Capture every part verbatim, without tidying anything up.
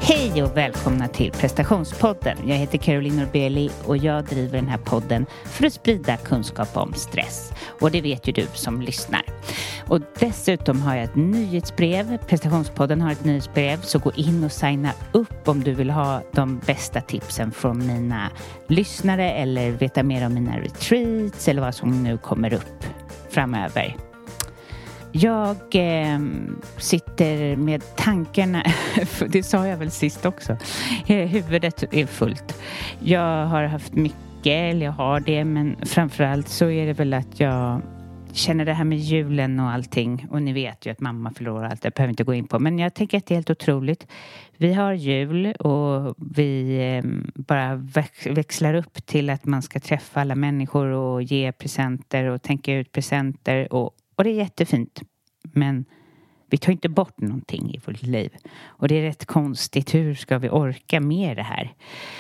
Hej och välkomna till Prestationspodden. Jag heter Caroline Norbeli och jag driver den här podden för att sprida kunskap om stress. Och det vet ju du som lyssnar. Och dessutom har jag ett nyhetsbrev. Prestationspodden har ett nyhetsbrev, så gå in och signa upp om du vill ha de bästa tipsen från mina lyssnare eller veta mer om mina retreats eller vad som nu kommer upp framöver. Jag eh, sitter med tankarna, det sa jag väl sist också, huvudet är fullt. Jag har haft mycket, eller jag har det, men framförallt så är det väl att jag känner det här med julen och allting. Och ni vet ju att mamma förlorar allt, jag behöver inte gå in på. Men jag tänker att det är helt otroligt. Vi har jul och vi eh, bara väx- växlar upp till att man ska träffa alla människor och ge presenter och tänka ut presenter och Och det är jättefint. Men vi tar inte bort någonting i vårt liv. Och det är rätt konstigt. Hur ska vi orka med det här?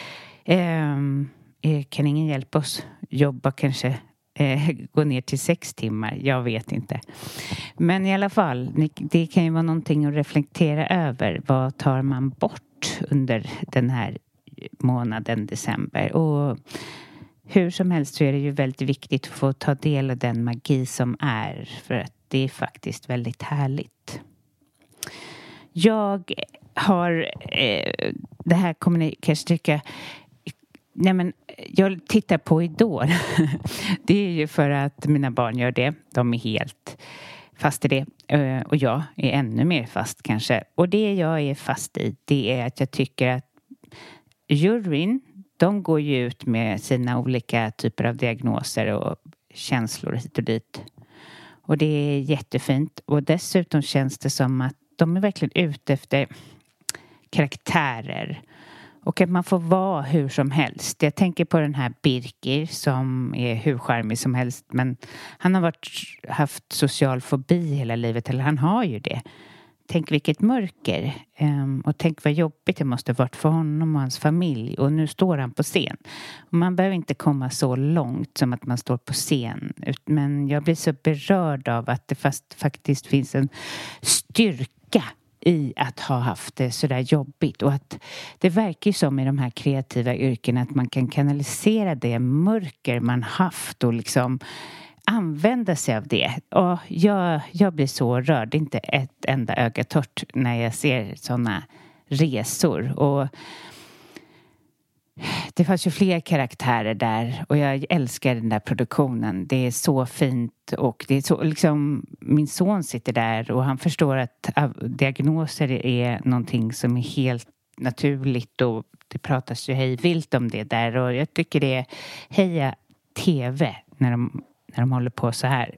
Eh, kan ingen hjälpa oss? Jobba kanske? Eh, gå ner till sex timmar? Jag vet inte. Men i alla fall. Det kan ju vara någonting att reflektera över. Vad tar man bort under den här månaden december? Och hur som helst så är det ju väldigt viktigt att få ta del av den magi som är. För att det är faktiskt väldigt härligt. Jag har, eh, det här kommer ni kanske tycka, nej men jag tittar på Idol. Det är ju för att mina barn gör det. De är helt fast i det. Och jag är ännu mer fast kanske. Och det jag är fast i, det är att jag tycker att juryn, de går ju ut med sina olika typer av diagnoser och känslor hit och dit. Och det är jättefint. Och dessutom känns det som att de är verkligen ute efter karaktärer. Och att man får vara hur som helst. Jag tänker på den här Birkir som är hur charmig som helst. Men han har varit, haft social fobi hela livet. Eller han har ju det. Tänk vilket mörker. Um, och tänk vad jobbigt det måste ha varit för honom och hans familj. Och nu står han på scen. Och man behöver inte komma så långt som att man står på scen. Men jag blir så berörd av att det fast faktiskt finns en styrka i att ha haft det sådär jobbigt. Och att det verkar ju som i de här kreativa yrkena att man kan kanalisera det mörker man haft och liksom använda sig av det. Och jag, jag blir så rörd. Inte ett enda öga torrt när jag ser sådana resor. Och det fanns ju fler karaktärer där. Och jag älskar den där produktionen. Det är så fint. Och det är så, liksom, min son sitter där och han förstår att diagnoser är någonting som är helt naturligt. Och det pratas ju hej vilt om det där. Och jag tycker det är heja tv när de när de håller på så här.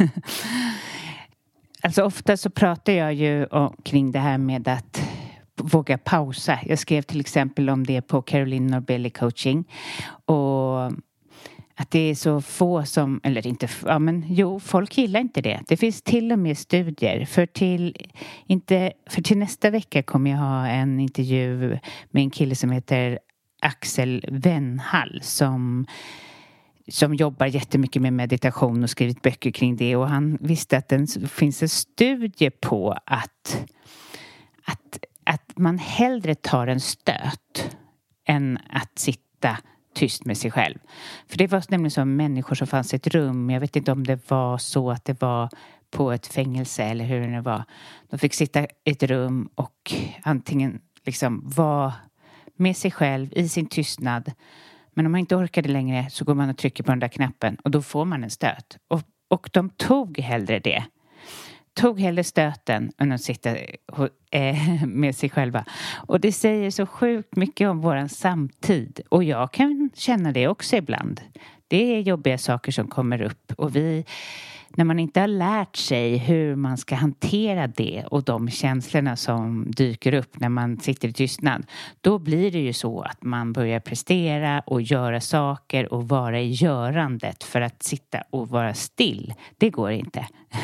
Alltså ofta så pratar jag ju om, kring det här med att våga pausa. Jag skrev till exempel om det på Caroline Norbeli coaching. Och att det är så få som, eller inte, ja men jo, folk gillar inte det. Det finns till och med studier. För till, inte, för till nästa vecka kommer jag ha en intervju med en kille som heter Axel Wennhall som som jobbar jättemycket med meditation och skrivit böcker kring det. Och han visste att det finns en studie på att, att, att man hellre tar en stöt än att sitta tyst med sig själv. För det var nämligen så människor som fanns i ett rum. Jag vet inte om det var så att det var på ett fängelse eller hur det var. De fick sitta i ett rum och antingen liksom vara med sig själv i sin tystnad. Men om man inte orkar det längre så går man och trycker på den där knappen. Och då får man en stöt. Och, och de tog hellre det. Tog hellre stöten än att sitta äh, med sig själva. Och det säger så sjukt mycket om våran samtid. Och jag kan känna det också ibland. Det är jobbiga saker som kommer upp. Och vi, när man inte har lärt sig hur man ska hantera det och de känslorna som dyker upp när man sitter i tystnad, då blir det ju så att man börjar prestera och göra saker och vara i görandet. För att sitta och vara still, det går inte.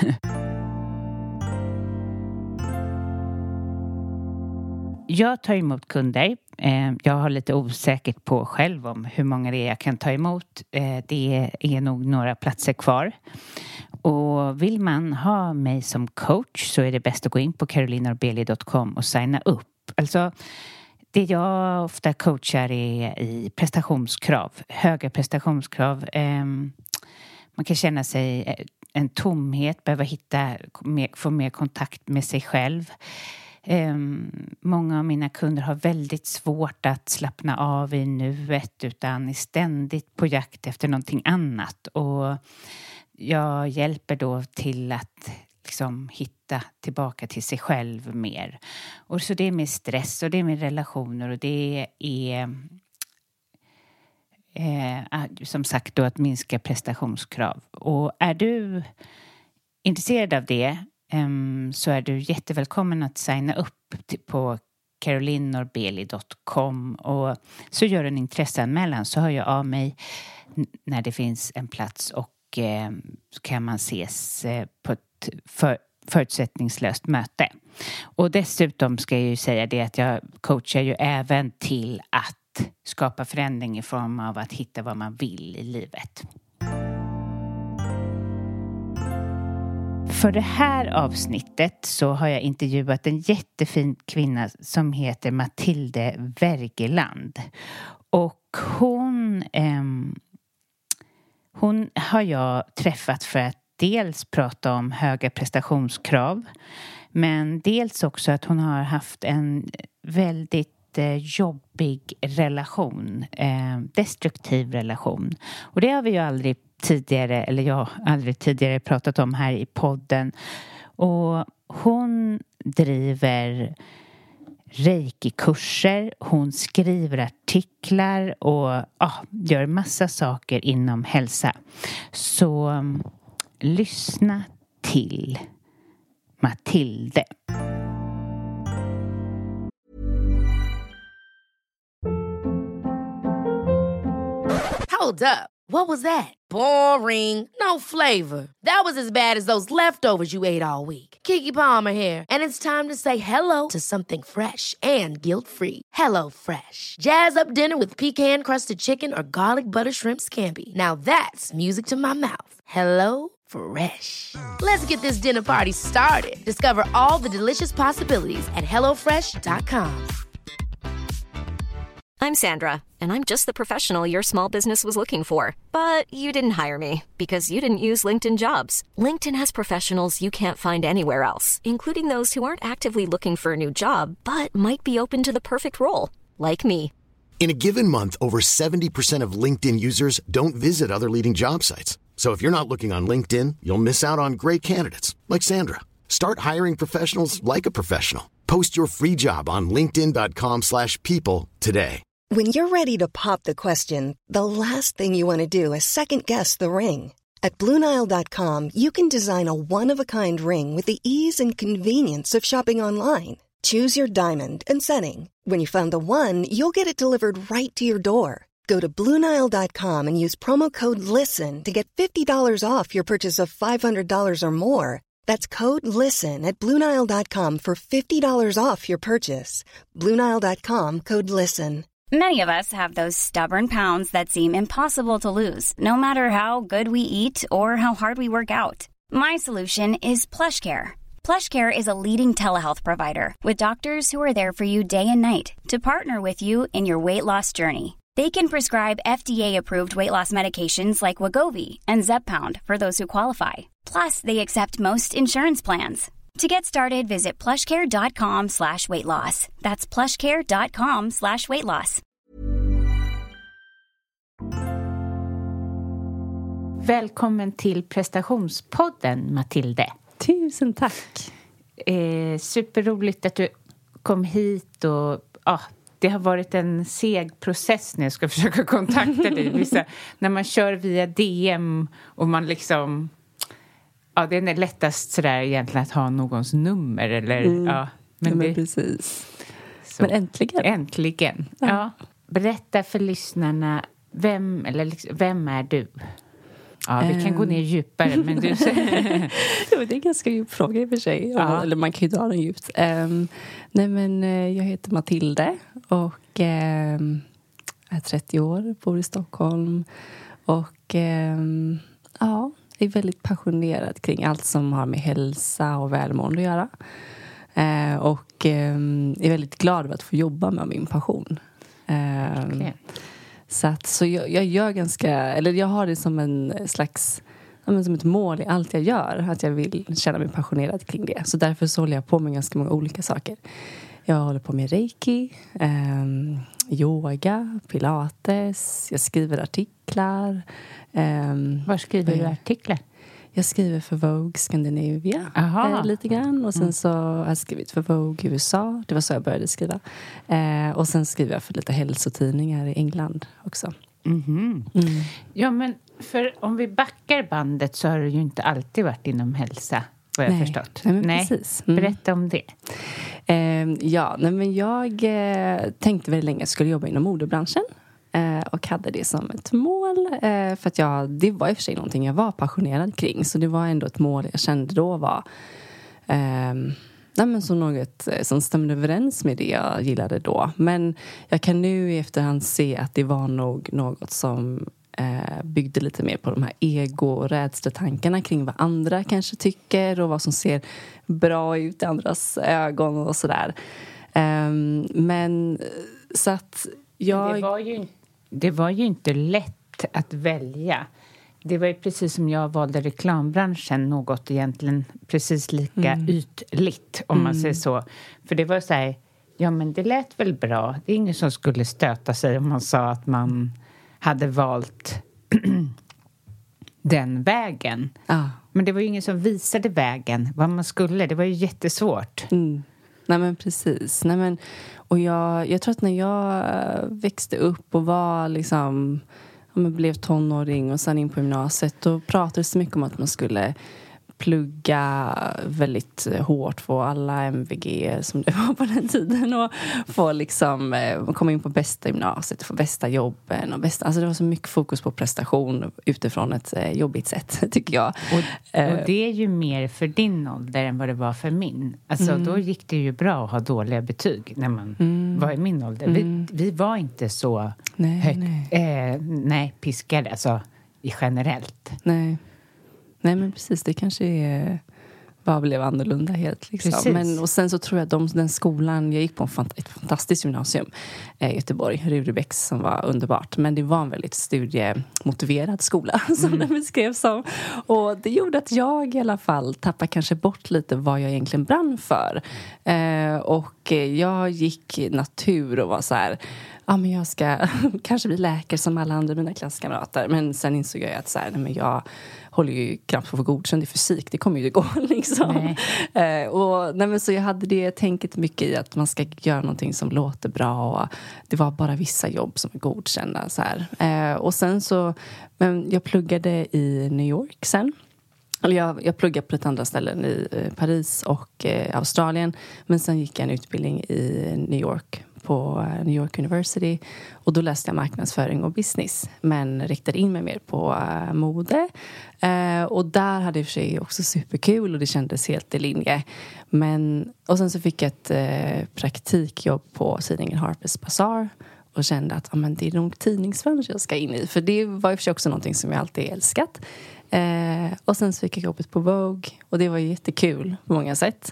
Jag tar emot kunder. Jag har lite osäkert på själv om hur många det är jag kan ta emot. Det är nog några platser kvar. Och vill man ha mig som coach så är det bäst att gå in på caroline norbeli dot com och signa upp. Alltså, det jag ofta coachar är i prestationskrav, höga prestationskrav. Man kan känna sig en tomhet, behöva hitta, få mer kontakt med sig själv. Många av mina kunder har väldigt svårt att slappna av i nuet, utan är ständigt på jakt efter någonting annat. Och jag hjälper då till att liksom hitta tillbaka till sig själv mer. Och så det är med stress och det är med relationer och det är eh, som sagt då att minska prestationskrav. Och är du intresserad av det eh, så är du jättevälkommen att signa upp till, på caroline norbeli dot com och så gör en intresseanmälan, så hör jag av mig när det finns en plats och så kan man ses på ett för, förutsättningslöst möte. Och dessutom ska jag ju säga det att jag coachar ju även till att skapa förändring i form av att hitta vad man vill i livet. För det här avsnittet så har jag intervjuat en jättefin kvinna som heter Matilde Wergeland. Och hon... Ehm, Hon har jag träffat för att dels prata om höga prestationskrav, men dels också att hon har haft en väldigt eh, jobbig relation, eh, destruktiv relation. Och det har vi ju aldrig tidigare, eller jag har aldrig tidigare pratat om här i podden. Och hon driver reiki-kurser, hon skriver artiklar och ah, gör massa saker inom hälsa. Så um, lyssna till Matilde. Hold up. What was that? Boring. No flavor. That was as bad as those leftovers you ate all week. Keke Palmer here, and it's time to say hello to something fresh and guilt-free. Hello Fresh. Jazz up dinner with pecan-crusted chicken or garlic butter shrimp scampi. Now that's music to my mouth. Hello Fresh. Let's get this dinner party started. Discover all the delicious possibilities at hello fresh dot com. I'm Sandra, and I'm just the professional your small business was looking for. But you didn't hire me because you didn't use LinkedIn Jobs. LinkedIn has professionals you can't find anywhere else, including those who aren't actively looking for a new job, but might be open to the perfect role, like me. In a given month, over seventy percent of LinkedIn users don't visit other leading job sites. So if you're not looking on LinkedIn, you'll miss out on great candidates, like Sandra. Start hiring professionals like a professional. Post your free job on linkedin dot com slash people today. When you're ready to pop the question, the last thing you want to do is second-guess the ring. At Blue Nile dot com, you can design a one-of-a-kind ring with the ease and convenience of shopping online. Choose your diamond and setting. When you find the one, you'll get it delivered right to your door. Go to Blue Nile dot com and use promo code LISTEN to get fifty dollars off your purchase of five hundred dollars or more. That's code LISTEN at Blue Nile dot com for fifty dollars off your purchase. Blue Nile dot com, code LISTEN. Many of us have those stubborn pounds that seem impossible to lose, no matter how good we eat or how hard we work out. My solution is PlushCare. PlushCare is a leading telehealth provider with doctors who are there for you day and night to partner with you in your weight loss journey. They can prescribe F D A-approved weight loss medications like Wegovy and Zepbound for those who qualify. Plus, they accept most insurance plans. To get started, visit plushcare.com slash weight loss. That's plushcare.com slash weight loss. Välkommen till prestationspodden, Matilde. Tusen tack. Eh, superroligt att du kom hit och ah, det har varit en seg process när jag ska försöka kontakta dig. Vissa, när man kör via D M och man liksom... Ja, det är lättast sådär egentligen att ha någons nummer. Eller, mm. ja, men, ja, men det, precis. så, men äntligen. Äntligen, ja. ja. Berätta för lyssnarna, vem, eller liksom, vem är du? Ja, vi kan um. gå ner djupare, men du... ja, det är en ganska djup fråga i och för sig. Ja. Eller man kan ju dra den djupt. Um, nej, men jag heter Matilde och um, är trettio år, bor i Stockholm. Och um, ja... Jag är väldigt passionerad kring allt som har med hälsa och välmående att göra. Eh, och eh, är väldigt glad över att få jobba med min passion. Eh, okay. Så, att, så jag, jag gör ganska, eller jag har det som en slags, som ett mål i allt jag gör. Att jag vill känna mig passionerad kring det. Så därför så håller jag på med ganska många olika saker. Jag håller på med reiki, eh, yoga, pilates. Jag skriver artiklar. Eh, Var skriver du artiklar? Jag skriver för Vogue Scandinavia eh, lite grann. Och sen mm. så har jag skrivit för Vogue U S A. Det var så jag började skriva. Eh, och sen skriver jag för lite hälsotidningar i England också. Mm-hmm. Mm. Ja, men för om vi backar bandet så har du ju inte alltid varit inom hälsa. Vad jag nej. förstått. Nej, men nej. Precis. Mm. Berätta om det. Eh, ja, nej, men jag eh, tänkte väldigt länge att jag skulle jobba inom modebranschen. Eh, och hade det som ett mål. Eh, för att jag, det var i och för sig någonting jag var passionerad kring. Så det var ändå ett mål jag kände då var... Eh, nej, men som något som stämde överens med det jag gillade då. Men jag kan nu i efterhand se att det var nog något som... Eh, byggde lite mer på de här ego- och rädsletankarna kring vad andra kanske tycker och vad som ser bra ut i andras ögon och sådär. Eh, men så att jag... Det var, ju, det var ju inte lätt att välja. Det var ju precis som jag valde reklambranschen, något egentligen precis lika mm. ytligt om man mm. säger så. För det var så här, ja men det lät väl bra. Det är ingen som skulle stöta sig om man sa att man hade valt den vägen. Ah. Men det var ju ingen som visade vägen, vad man skulle. Det var ju jättesvårt. Mm. Nej men precis. Nej, men, och jag, jag tror att när jag växte upp och var liksom, ja, men blev tonåring och sen in på gymnasiet, då pratades det mycket om att man skulle plugga väldigt hårt, få alla M V G som det var på den tiden och få liksom komma in på bästa gymnasiet, få bästa jobben och bästa, alltså det var så mycket fokus på prestation utifrån ett jobbigt sätt, tycker jag. Och, och det är ju mer för din ålder än vad det var för min. Alltså mm. då gick det ju bra att ha dåliga betyg när man mm. var i min ålder. Mm. Vi, vi var inte så nej, högt, nej. Eh, nej, piskade, alltså generellt. Nej. Nej, men precis. Det kanske är, bara blev annorlunda helt. Liksom. Men, och sen så tror jag att de, den skolan, jag gick på en fant- ett fantastiskt gymnasium i eh, Göteborg, Rudebecks, som var underbart. Men det var en väldigt studiemotiverad skola, som mm. den beskrevs som. Och det gjorde att jag i alla fall tappade kanske bort lite vad jag egentligen brann för. Eh, och jag gick natur och var så här... Ja, men jag ska kanske bli läkare som alla andra mina klasskamrater. Men sen insåg jag att så här, nej, men jag håller ju knappt på att få godkänd i fysik. Det kommer ju inte gå liksom. Nej. Eh, och, nej, men så jag hade det tänket mycket i att man ska göra någonting som låter bra. Och det var bara vissa jobb som är godkända. Så här. Eh, och sen så, men jag pluggade i New York sen. Eller jag, jag pluggade på ett andra ställen i eh, Paris och eh, Australien. Men sen gick jag en utbildning i New York på New York University. Och då läste jag marknadsföring och business. Men riktade in mig mer på uh, mode. Uh, och där hade jag i och för sig också superkul. Och det kändes helt i linje. Men, och sen så fick jag ett uh, praktikjobb på tidningen Harper's Bazaar. Och kände att ah, men det är nog tidningsbranschen jag ska in i. För det var i och för sig också någonting som jag alltid älskat. Uh, och sen så fick jag jobbet på Vogue. Och det var jättekul på många sätt.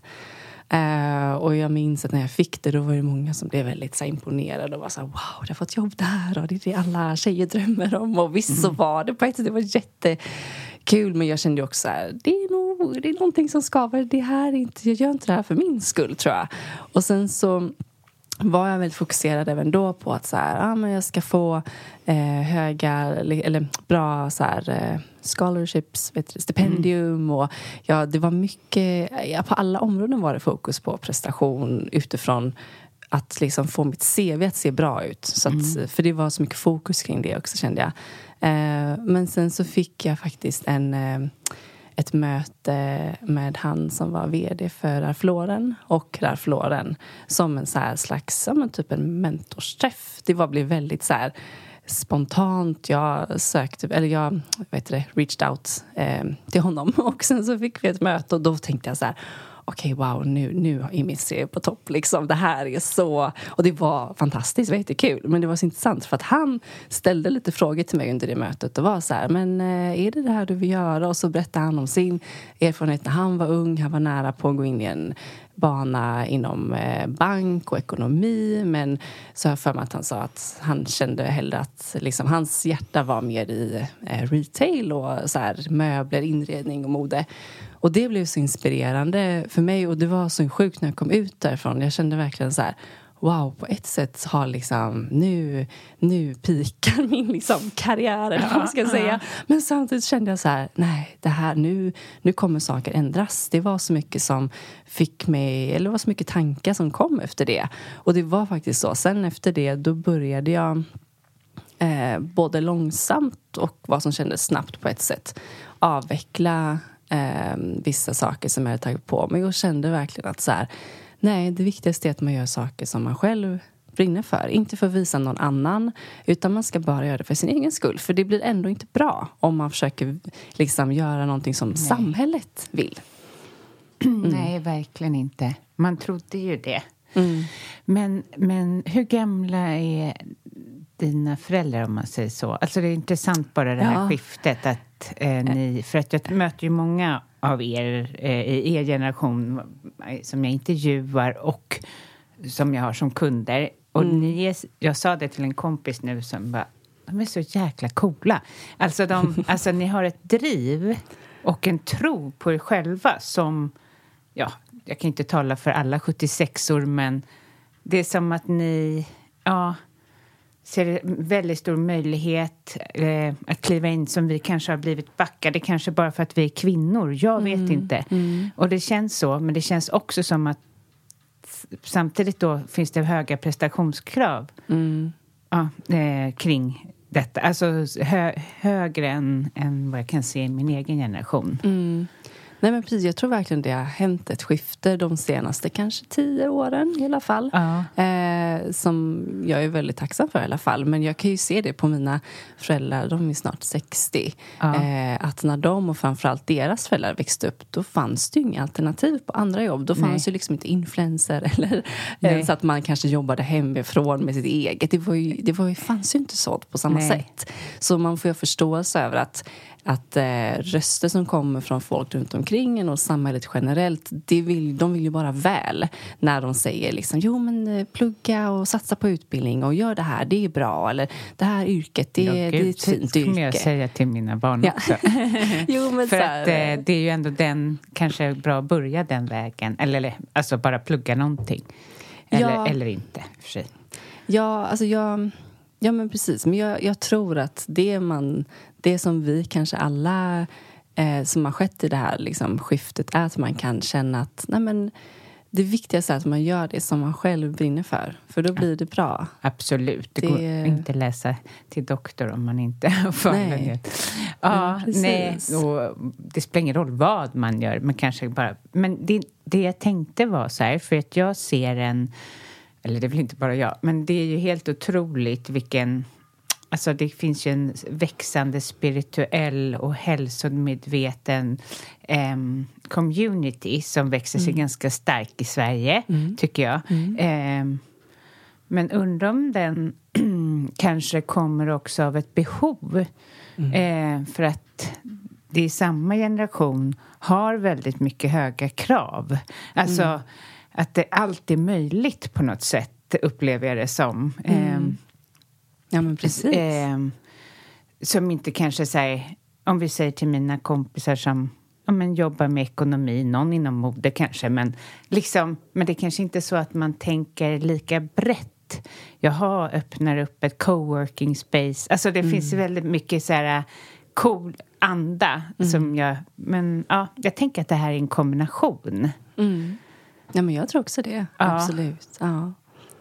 Uh, och jag minns att när jag fick det, då var det många som blev väldigt så imponerade och var så här, wow, jag har fått jobb där och det är det alla tjejer drömmer om. Och visst så var det på ett sätt, det var jättekul, men jag kände också så här, det är nog, det är någonting som skaver, det här är inte, jag gör inte det här för min skull, tror jag. Och sen så var jag väldigt fokuserad även då på att så här, ah, men jag ska få eh, höga eller, eller bra så här, eh, scholarships, vet du, stipendium mm. och ja, det var mycket, ja, på alla områden var det fokus på prestation utifrån att liksom få mitt C V att se bra ut. Så att, mm. för det var så mycket fokus kring det också, kände jag. Eh, men sen så fick jag faktiskt en... Eh, ett möte med han som var vd för Ralph Lauren och Ralph Lauren som en så här slags, ja, men typ en mentorsträff. Det var blev väldigt så här spontant. Jag sökte, eller jag vet det, reached out eh, till honom och sen så fick vi ett möte och då tänkte jag så här, okej, okay, wow, nu, nu är min serie på topp liksom. Det här är så... Och det var fantastiskt, det var jättekul. Men det var så intressant för att han ställde lite frågor till mig under det mötet och var så här, men är det det här du vill göra? Och så berättade han om sin erfarenhet när han var ung. Han var nära på att gå in i en bana inom bank och ekonomi, men så har för mig att han sa att han kände hellre att liksom, hans hjärta var mer i eh, retail och så här, möbler, inredning och mode. Och det blev så inspirerande för mig och det var så sjukt när jag kom ut därifrån. Jag kände verkligen så här, wow, på ett sätt har liksom nu, nu pikar min liksom karriär, eller vad man ska säga. Men samtidigt kände jag så här, nej, det här, nu, nu kommer saker ändras. Det var så mycket som fick mig, eller det var så mycket tankar som kom efter det. Och det var faktiskt så. Sen efter det, då började jag eh, både långsamt och vad som kändes snabbt på ett sätt avveckla eh, vissa saker som jag hade tagit på mig och kände verkligen att så här, nej, det viktigaste är att man gör saker som man själv brinner för. Inte för att visa någon annan, utan man ska bara göra det för sin egen skull. För det blir ändå inte bra om man försöker liksom göra någonting som nej. Samhället vill. Mm. Nej, verkligen inte. Man trodde ju det. Mm. Men, men hur gamla är dina föräldrar, om man säger så? Alltså det är intressant bara det här ja. skiftet att eh, ni, för att jag möter ju många av er eh, i er generation som jag intervjuar och som jag har som kunder. Och mm. ni är, jag sa det till en kompis nu som bara, de är så jäkla coola. Alltså, de, alltså ni har ett driv och en tro på er själva som, ja, jag kan inte tala för alla sjuttiosexor, men det är som att ni, ja, ser väldigt stor möjlighet eh, att kliva in som vi kanske har blivit backade, kanske bara för att vi är kvinnor. Jag vet mm, inte. Mm. Och det känns så, men det känns också som att samtidigt då finns det höga prestationskrav mm. ja, eh, kring detta. Alltså hö, högre än, än vad jag kan se i min egen generation. Mm. Nej, men precis, jag tror verkligen det har hänt ett skifte de senaste kanske tio åren i alla fall. Ja. Eh, som jag är väldigt tacksam för i alla fall. Men jag kan ju se det på mina föräldrar, de är snart sextio. Ja. Eh, att när de och framförallt deras föräldrar växte upp, då fanns det ju inga alternativ på andra jobb. Då fanns Nej. ju liksom inte influencer eller eh, så att man kanske jobbade hemifrån med sitt eget. Det, var ju, det var ju, fanns ju inte så på samma Nej. sätt. Så man får ju förståelse över att att eh, röster som kommer från folk runt omkring en och samhället generellt, det vill, de vill ju bara väl när de säger liksom, jo men eh, plugga och satsa på utbildning och gör det här, det är bra, eller det här yrket, det, ja, det är ett fint yrke. Det kommer jag säga till mina barn ja. också. jo, men för så att eh, det är ju ändå den, kanske bra att börja den vägen, eller, eller alltså bara plugga någonting. Eller, ja. eller inte, för sig. Ja, alltså jag... Ja, men precis. Men jag, jag tror att det man, det som vi kanske alla eh, som har skett i det här liksom, skiftet är att man kan känna att nej, men, det viktigaste är att man gör det som man själv brinner för. För då blir det bra. Absolut. Det, det går inte läsa till doktor om man inte har fallenhet. Ja, ja nej. Och det spelar ingen roll vad man gör. Men kanske bara... Men det, det jag tänkte var så här, för att jag ser en... Eller det är väl inte bara jag. Men det är ju helt otroligt vilken... Alltså det finns ju en växande spirituell och hälsomedveten eh, community som växer sig mm. ganska stark i Sverige, mm. tycker jag. Mm. Eh, men undrar om den kanske kommer också av ett behov. Mm. Eh, för att det i samma generation har väldigt mycket höga krav. Alltså... Mm. Att det alltid är möjligt på något sätt, upplever jag det som. Mm. Eh, ja, men precis. Eh, som inte kanske säger, om vi säger till mina kompisar som ja, men jobbar med ekonomi, någon inom mode kanske, men, liksom, men det är kanske inte så att man tänker lika brett. Jaha, öppnar upp ett coworking space. Alltså det mm. finns väldigt mycket så här cool anda mm. som jag, men ja, jag tänker att det här är en kombination. Mm. Ja, men jag tror också det. Ja. Absolut. Ja.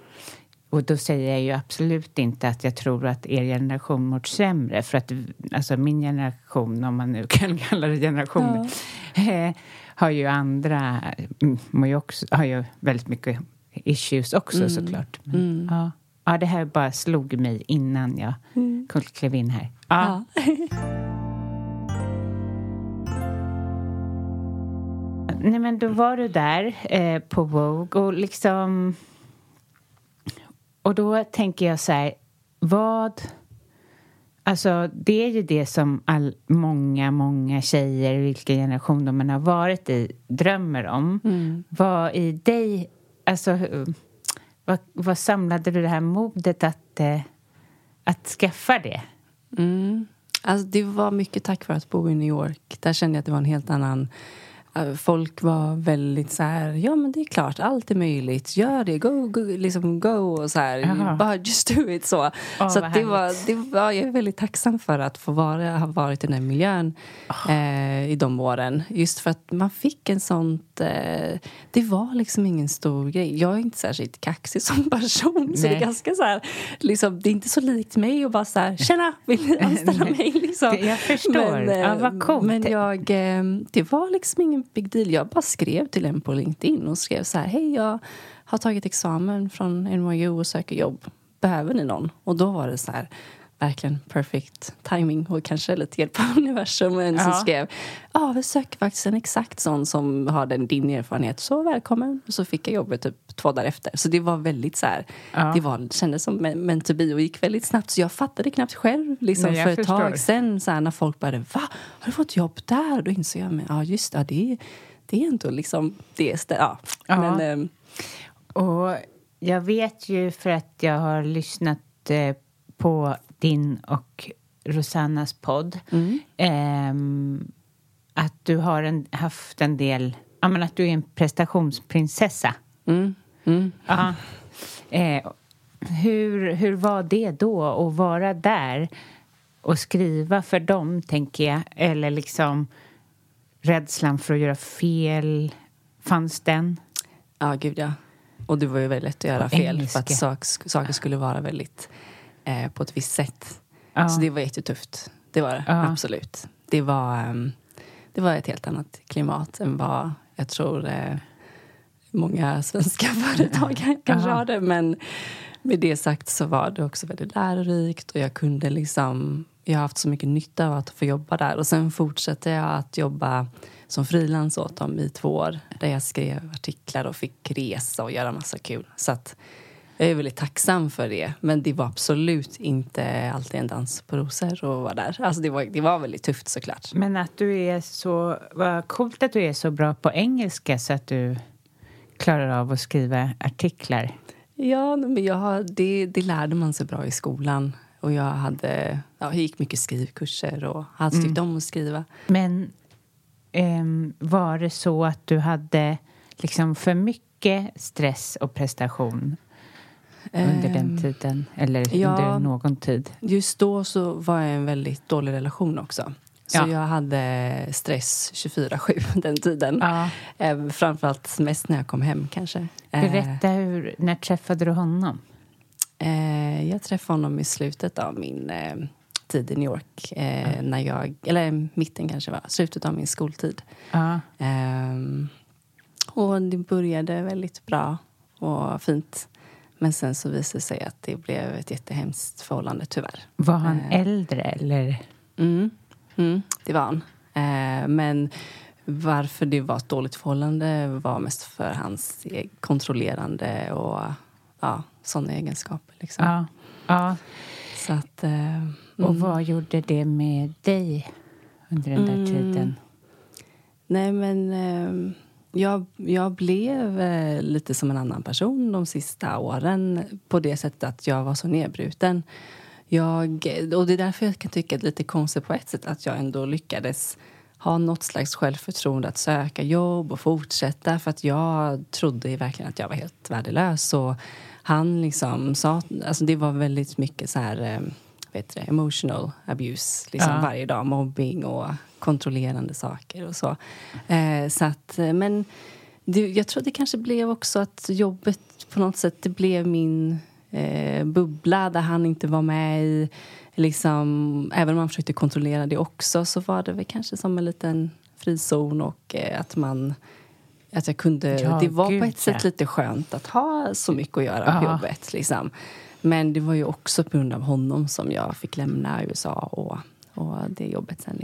Och då säger jag ju absolut inte att jag tror att er generation mår sämre. För att alltså min generation, om man nu kan kalla det generationer, ja. har ju andra, har ju, också, har ju väldigt mycket issues också mm. såklart. Men, mm. ja. ja, det här bara slog mig innan jag mm. klev in här. Ja. Ja. nej men då var du där eh, på Vogue och liksom... Och då tänker jag så här, vad... Alltså det är ju det som all, många, många tjejer, vilken generation de har varit i, drömmer om. Mm. Vad i dig, alltså vad, vad samlade du det här modet att, eh, att skaffa det? Mm. Alltså det var mycket tack vare att bo i New York. Där kände jag att det var en helt annan... Folk var väldigt så här, ja men det är klart, allt är möjligt, gör det, go, go liksom go och så här, bara just do it så. Oh, så att det var, det var, jag är väldigt tacksam för att få vara, ha varit i den här miljön oh. eh, i de åren. Just för att man fick en sånt, eh, det var liksom ingen stor grej. Jag är inte särskilt kaxig som person, Nej. Så det är ganska så här, liksom, det är inte så likt mig att bara så här, tjena, vill ni anställa mig liksom. Jag förstår, men, eh, ja, vad coolt. Men jag, eh, det var liksom ingen big deal. Jag bara skrev till en på LinkedIn och skrev så här, hej, jag har tagit examen från N Y U och söker jobb. Behöver ni någon? Och då var det så här, verkligen perfect timing och kanske lite hjälp av universum. Men ja. Som skrev, ja, vi söker faktiskt en exakt sån som har den, din erfarenhet. Så välkommen. Och så fick jag jobbet typ två dagar efter. Så det var väldigt så här, ja. Det var, kändes som meant to be och gick väldigt snabbt. Så jag fattade knappt själv liksom. Nej, för ett förstår. Tag sen så här, när folk började, va? Har du fått jobb där? Då insåg jag, men ja just det, det är, det är ändå liksom det. Ja. Ja. Men, ähm, och jag vet ju för att jag har lyssnat eh, på din och Rosannas podd mm. eh, att du har en, haft en del, ja men att du är en prestationsprinsessa. Mm. Mm. Ja. Eh, hur, hur var det då att vara där och skriva för dem, tänker jag, eller liksom rädslan för att göra fel, fanns den? Ja, gud ja. Och det var ju väldigt lätt att göra fel engelska. För att sak, saker skulle vara väldigt eh, på ett visst sätt. Ja. Så det var jättetufft. Det var det, ja. Absolut. Det var, um, det var ett helt annat klimat än vad jag tror eh, många svenska företag kanske har det. Men med det sagt så var det också väldigt lärorikt. Och jag kunde liksom, jag har haft så mycket nytta av att få jobba där. Och sen fortsatte jag att jobba som frilans åt dem i två år. Där jag skrev artiklar och fick resa och göra massa kul. Så att jag är väldigt tacksam för det. Men det var absolut inte alltid en dans på rosor att vara där. Alltså det var, det var väldigt tufft såklart. Men att du är så, vad coolt att du är så bra på engelska så att du klarar av att skriva artiklar. Ja, men jag har, det, det lärde man sig bra i skolan. Och jag hade, ja, jag gick mycket skrivkurser och hade tyckt mm. om att skriva. Men um, var det så att du hade liksom för mycket stress och prestation under um, den tiden? Eller ja, under någon tid? Just då så var jag i en väldigt dålig relation också. Så ja. Jag hade stress tjugofyra sju den tiden. Ja. Eh, framförallt mest när jag kom hem kanske. Berätta, hur, när träffade du honom? Eh, jag träffade honom i slutet av min eh, tid i New York. Eh, ja. När jag, eller mitten kanske var, slutet av min skoltid. Ja. Eh, och det började väldigt bra och fint. Men sen så visade det sig att det blev ett jättehemskt förhållande tyvärr. Var han eh, äldre eller? Mm. Mm, det var han. Eh, men varför det var ett dåligt förhållande var mest för hans kontrollerande och ja, sådana egenskaper. Liksom. Ja, ja. Så att, eh, mm. Och vad gjorde det med dig under den där mm. tiden? Nej, men eh, jag, jag blev eh, lite som en annan person de sista åren på det sättet att jag var så nedbruten. Jag, och det är därför jag kan tycka det är lite konstigt på ett sätt att jag ändå lyckades ha något slags självförtroende att söka jobb och fortsätta. För att jag trodde verkligen att jag var helt värdelös. Och han liksom sa, alltså det var väldigt mycket så här, vet du, emotional abuse. Liksom ja. Varje dag, mobbing och kontrollerande saker och så. Eh, så att, men det, jag tror det kanske blev också att jobbet på något sätt, det blev min Eh, bubbla där han inte var med i liksom, även om man försökte kontrollera det också så var det väl kanske som en liten frizon och eh, att man att jag kunde, ja, det var gud, på ett sätt ja. Lite skönt att ha så mycket att göra på jobbet liksom. Men det var ju också på grund av honom som jag fick lämna U S A och, och det jobbet sen liksom.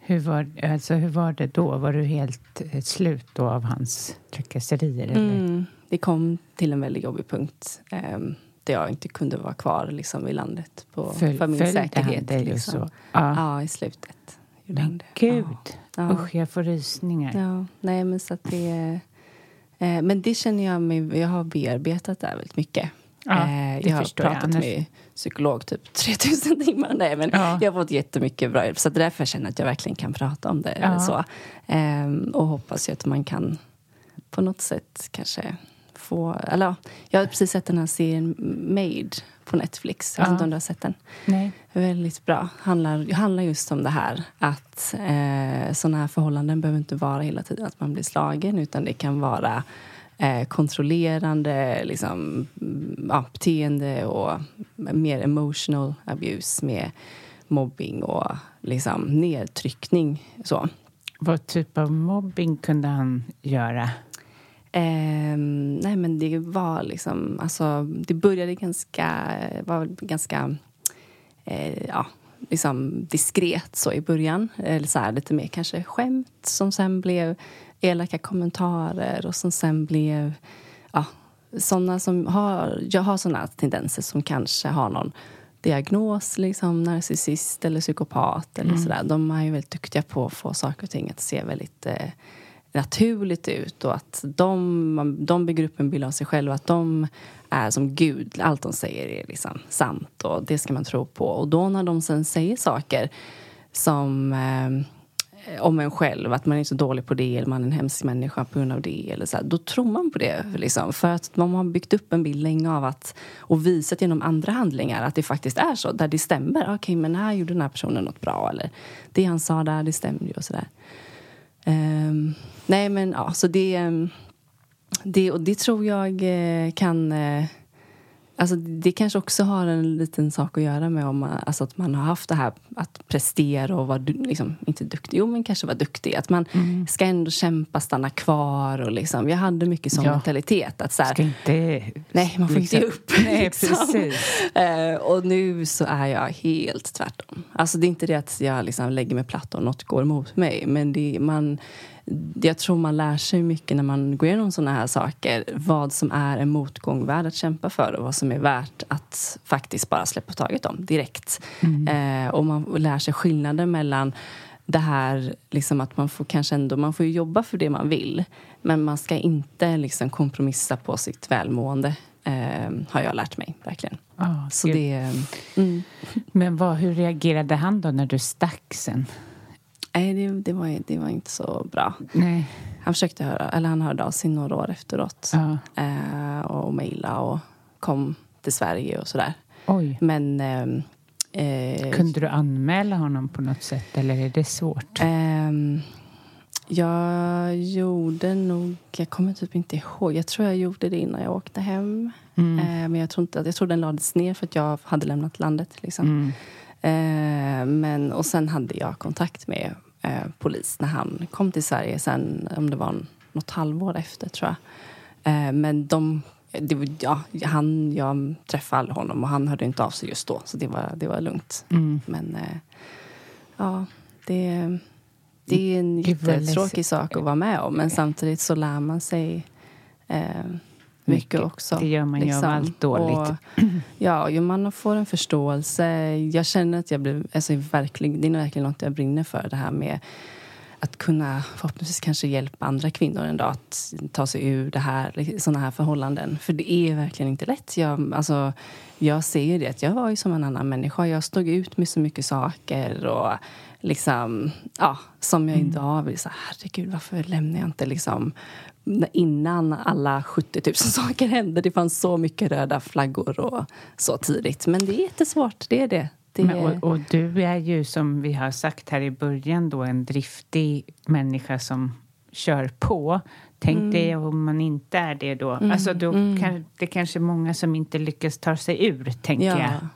Hur var, alltså, hur var det då? Var du helt eh, slut då av hans trakasserier? Eller? Mm, det kom till en väldigt jobbig punkt. Eh, där jag inte kunde vara kvar liksom, i landet på, Föl, för min säkerhet. Det liksom. så? Ja. ja, i slutet. Men gud, ja. usch, jag får rysningar. Ja, nej men så att det... Eh, men det känner jag mig... Jag har bearbetat det väldigt mycket. Ja, eh, jag har pratat jag. med psykolog typ tre tusen timmar. Nej, men ja. Jag har fått jättemycket bra hjälp. Så därför känner jag att jag verkligen kan prata om det. Ja. Så. Eh, och hoppas ju att man kan på något sätt kanske få... Eller, jag har precis sett den här serien Made på Netflix. Jag vet inte om du har sett den. Nej. Väldigt bra. Handlar, handlar just om det här. Att eh, sådana här förhållanden behöver inte vara hela tiden att man blir slagen. Utan det kan vara eh, kontrollerande liksom, ja, beteende och mer emotional abuse med mobbing och liksom, nedtryckning. Så. Vad typ av mobbing kunde han göra? Eh, nej men det var liksom, alltså det började ganska, var ganska eh, ja, liksom diskret så i början. Eller så här, lite mer kanske skämt som sen blev elaka kommentarer och som sen blev, ja, sådana som har, jag har sådana tendenser som kanske har någon diagnos, liksom narcissist eller psykopat eller mm. sådär. De är ju väldigt duktiga på att få saker och ting att se väldigt eh, naturligt ut och att de, de bygger upp en bild av sig själva, att de är som Gud, allt de säger är liksom sant och det ska man tro på. Och då när de sen säger saker som eh, om en själv, att man är så dålig på det eller man är en hemsk människa på grund av det eller så här, då tror man på det liksom, för att man har byggt upp en bild länge av att och visat genom andra handlingar att det faktiskt är så, där det stämmer. Okej, okay, men här gjorde den här personen något bra eller det han sa där, det stämmer ju och sådär. Um, nej men ja, så det, det och det tror jag kan alltså det kanske också har en liten sak att göra med om man, alltså att man har haft det här att prestera och vara liksom, inte duktig, jo men kanske vara duktig, att man mm. ska ändå kämpa, stanna kvar och liksom, jag hade mycket sån ja. mentalitet att så här, ska inte nej man får liksom, inte upp nej liksom. precis uh, och nu så är jag helt tvärtom, alltså det är inte det att jag liksom lägger mig platt och något går emot mig, men det man jag tror man lär sig mycket när man går igenom sådana här saker. Vad som är en motgång värd att kämpa för. Och vad som är värt att faktiskt bara släppa taget om direkt. Mm. Eh, och man lär sig skillnaden mellan det här liksom att man får kanske ändå, man får ju jobba för det man vill. Men man ska inte liksom kompromissa på sitt välmående. Eh, har jag lärt mig, verkligen. Oh, Så det, mm. Men vad, hur reagerade han då när du stack sen? Nej, det, det, var, det var inte så bra. Nej. Han försökte höra, eller han hörde av sig några år efteråt. Ja. Eh, och mejla och kom till Sverige och sådär. Oj. Men... Eh, eh, kunde du anmäla honom på något sätt, eller är det svårt? Eh, jag gjorde nog... Jag kommer typ inte ihåg. Jag tror jag gjorde det innan jag åkte hem. Mm. Eh, men jag tror inte att... Jag tror den lades ner för att jag hade lämnat landet, liksom. Mm. Eh, men, och sen hade jag kontakt med eh, polis när han kom till Sverige sen, om det var något halvår efter tror jag. Eh, men de, det var, ja, han, jag träffade honom och han hörde inte av sig just då, så det var, det var lugnt. Mm. Men eh, ja, det, det är en jättetråkig sak att vara med om, men samtidigt så lär man sig eh, mycket, mycket också. Det gör man liksom. ju av allt dåligt. Och, ja, ju man får en förståelse. Jag känner att jag blir, alltså verkligen, det är verkligen något jag brinner för. Det här med att kunna förhoppningsvis kanske hjälpa andra kvinnor en dag att ta sig ur det här, sådana här förhållanden. För det är verkligen inte lätt. Jag, alltså, jag ser ju det att jag var ju som en annan människa. Jag stod ut med så mycket saker och liksom, ja, som jag idag vill säga, herregud, varför lämnar jag inte liksom innan alla sjuttio tusen saker hände. Det fanns så mycket röda flaggor och så tidigt. Men det är jättesvårt, det är det. det Men, och, och du är ju, som vi har sagt här i början, då en driftig människa som kör på. Tänk mm. dig om man inte är det då. Mm. Alltså då mm. kan, det är kanske många som inte lyckas ta sig ur, tänker ja. jag.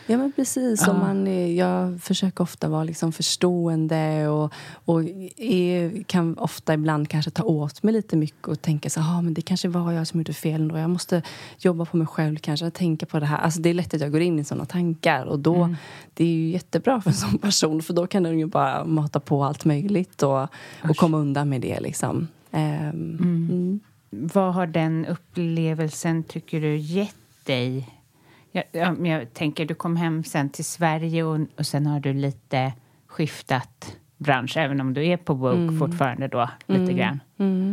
Ja, men precis. Ja. Man är, jag försöker ofta vara liksom förstående och, och är, kan ofta ibland kanske ta åt mig lite mycket och tänka så här, ah, men det kanske var jag som gjorde fel och jag måste jobba på mig själv kanske, tänka på det här. Alltså det är lätt att jag går in i sådana tankar och då, mm. det är ju jättebra för en sån person, för då kan den ju bara mata på allt möjligt och, och komma undan med det liksom. Um, mm. Mm. Vad har den upplevelsen, tycker du, gett dig? Jag, jag, jag tänker, du kom hem sen till Sverige och, och sen har du lite skiftat bransch, även om du är på Vogue mm. fortfarande då, lite mm. grann. Mm.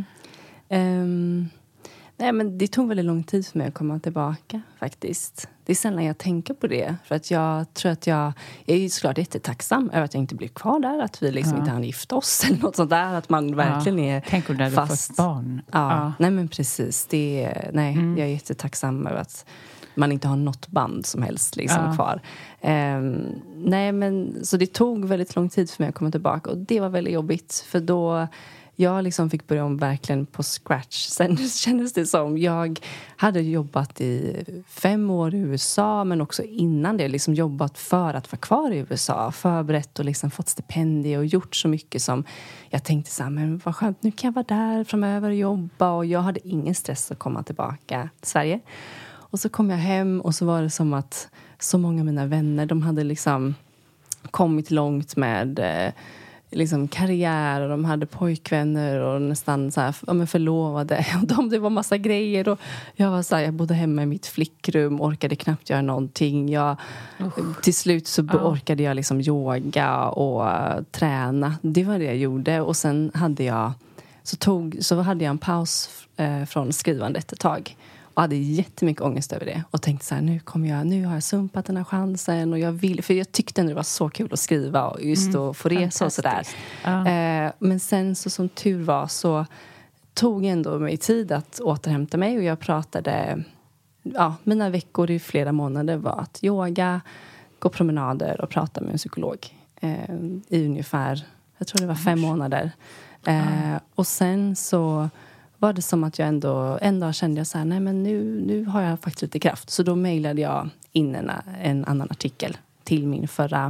Um, nej, men det tog väldigt lång tid för mig att komma tillbaka faktiskt. Det är sällan jag tänker på det, för att jag tror att jag, jag är ju såklart jättetacksam över att jag inte blev kvar där, att vi liksom ja. inte hann gifta oss eller något sånt där, att man verkligen ja. är Tänk om du hade fast. fått barn. Ja, ja. Nej men precis, det är, nej, mm. jag är jättetacksam över att man inte har något band som helst liksom ja. kvar. Um, nej men, så det tog väldigt lång tid för mig att komma tillbaka, och det var väldigt jobbigt, för då jag liksom fick börja om verkligen på scratch. Sen kändes det som, jag hade jobbat i fem år i U S A, men också innan det liksom jobbat för att vara kvar i U S A, förberett och liksom fått stipendier och gjort så mycket som jag tänkte så här, men vad skönt, nu kan jag vara där framöver och jobba, och jag hade ingen stress att komma tillbaka till Sverige. Och så kom jag hem och så var det som att så många av mina vänner, de hade liksom kommit långt med eh, liksom karriär, och de hade pojkvänner och nästan så här, ja, men förlovade, och de, det var massa grejer, och jag var så här, jag bodde hemma i mitt flickrum, orkade knappt göra någonting. Jag, uh. till slut så uh. orkade jag liksom yoga och uh, träna. Det var det jag gjorde, och sen hade jag så, tog, så hade jag en paus uh, från skrivandet ett tag. Och hade jättemycket ångest över det. Och tänkte så här, nu kommer jag, nu har jag sumpat den här chansen. Och jag vill, för jag tyckte ändå det var så kul att skriva. Och just mm, att få resa och sådär. Ja. Eh, men sen så som tur var så tog ändå mig tid att återhämta mig. Och jag pratade, ja, mina veckor i flera månader var att yoga, gå promenader och prata med en psykolog. Eh, I ungefär, jag tror det var fem månader. Eh, ja. Och sen så var det som att jag ändå, en dag kände jag så här, nej men nu, nu har jag faktiskt lite kraft. Så då mejlade jag in en, en annan artikel till min förra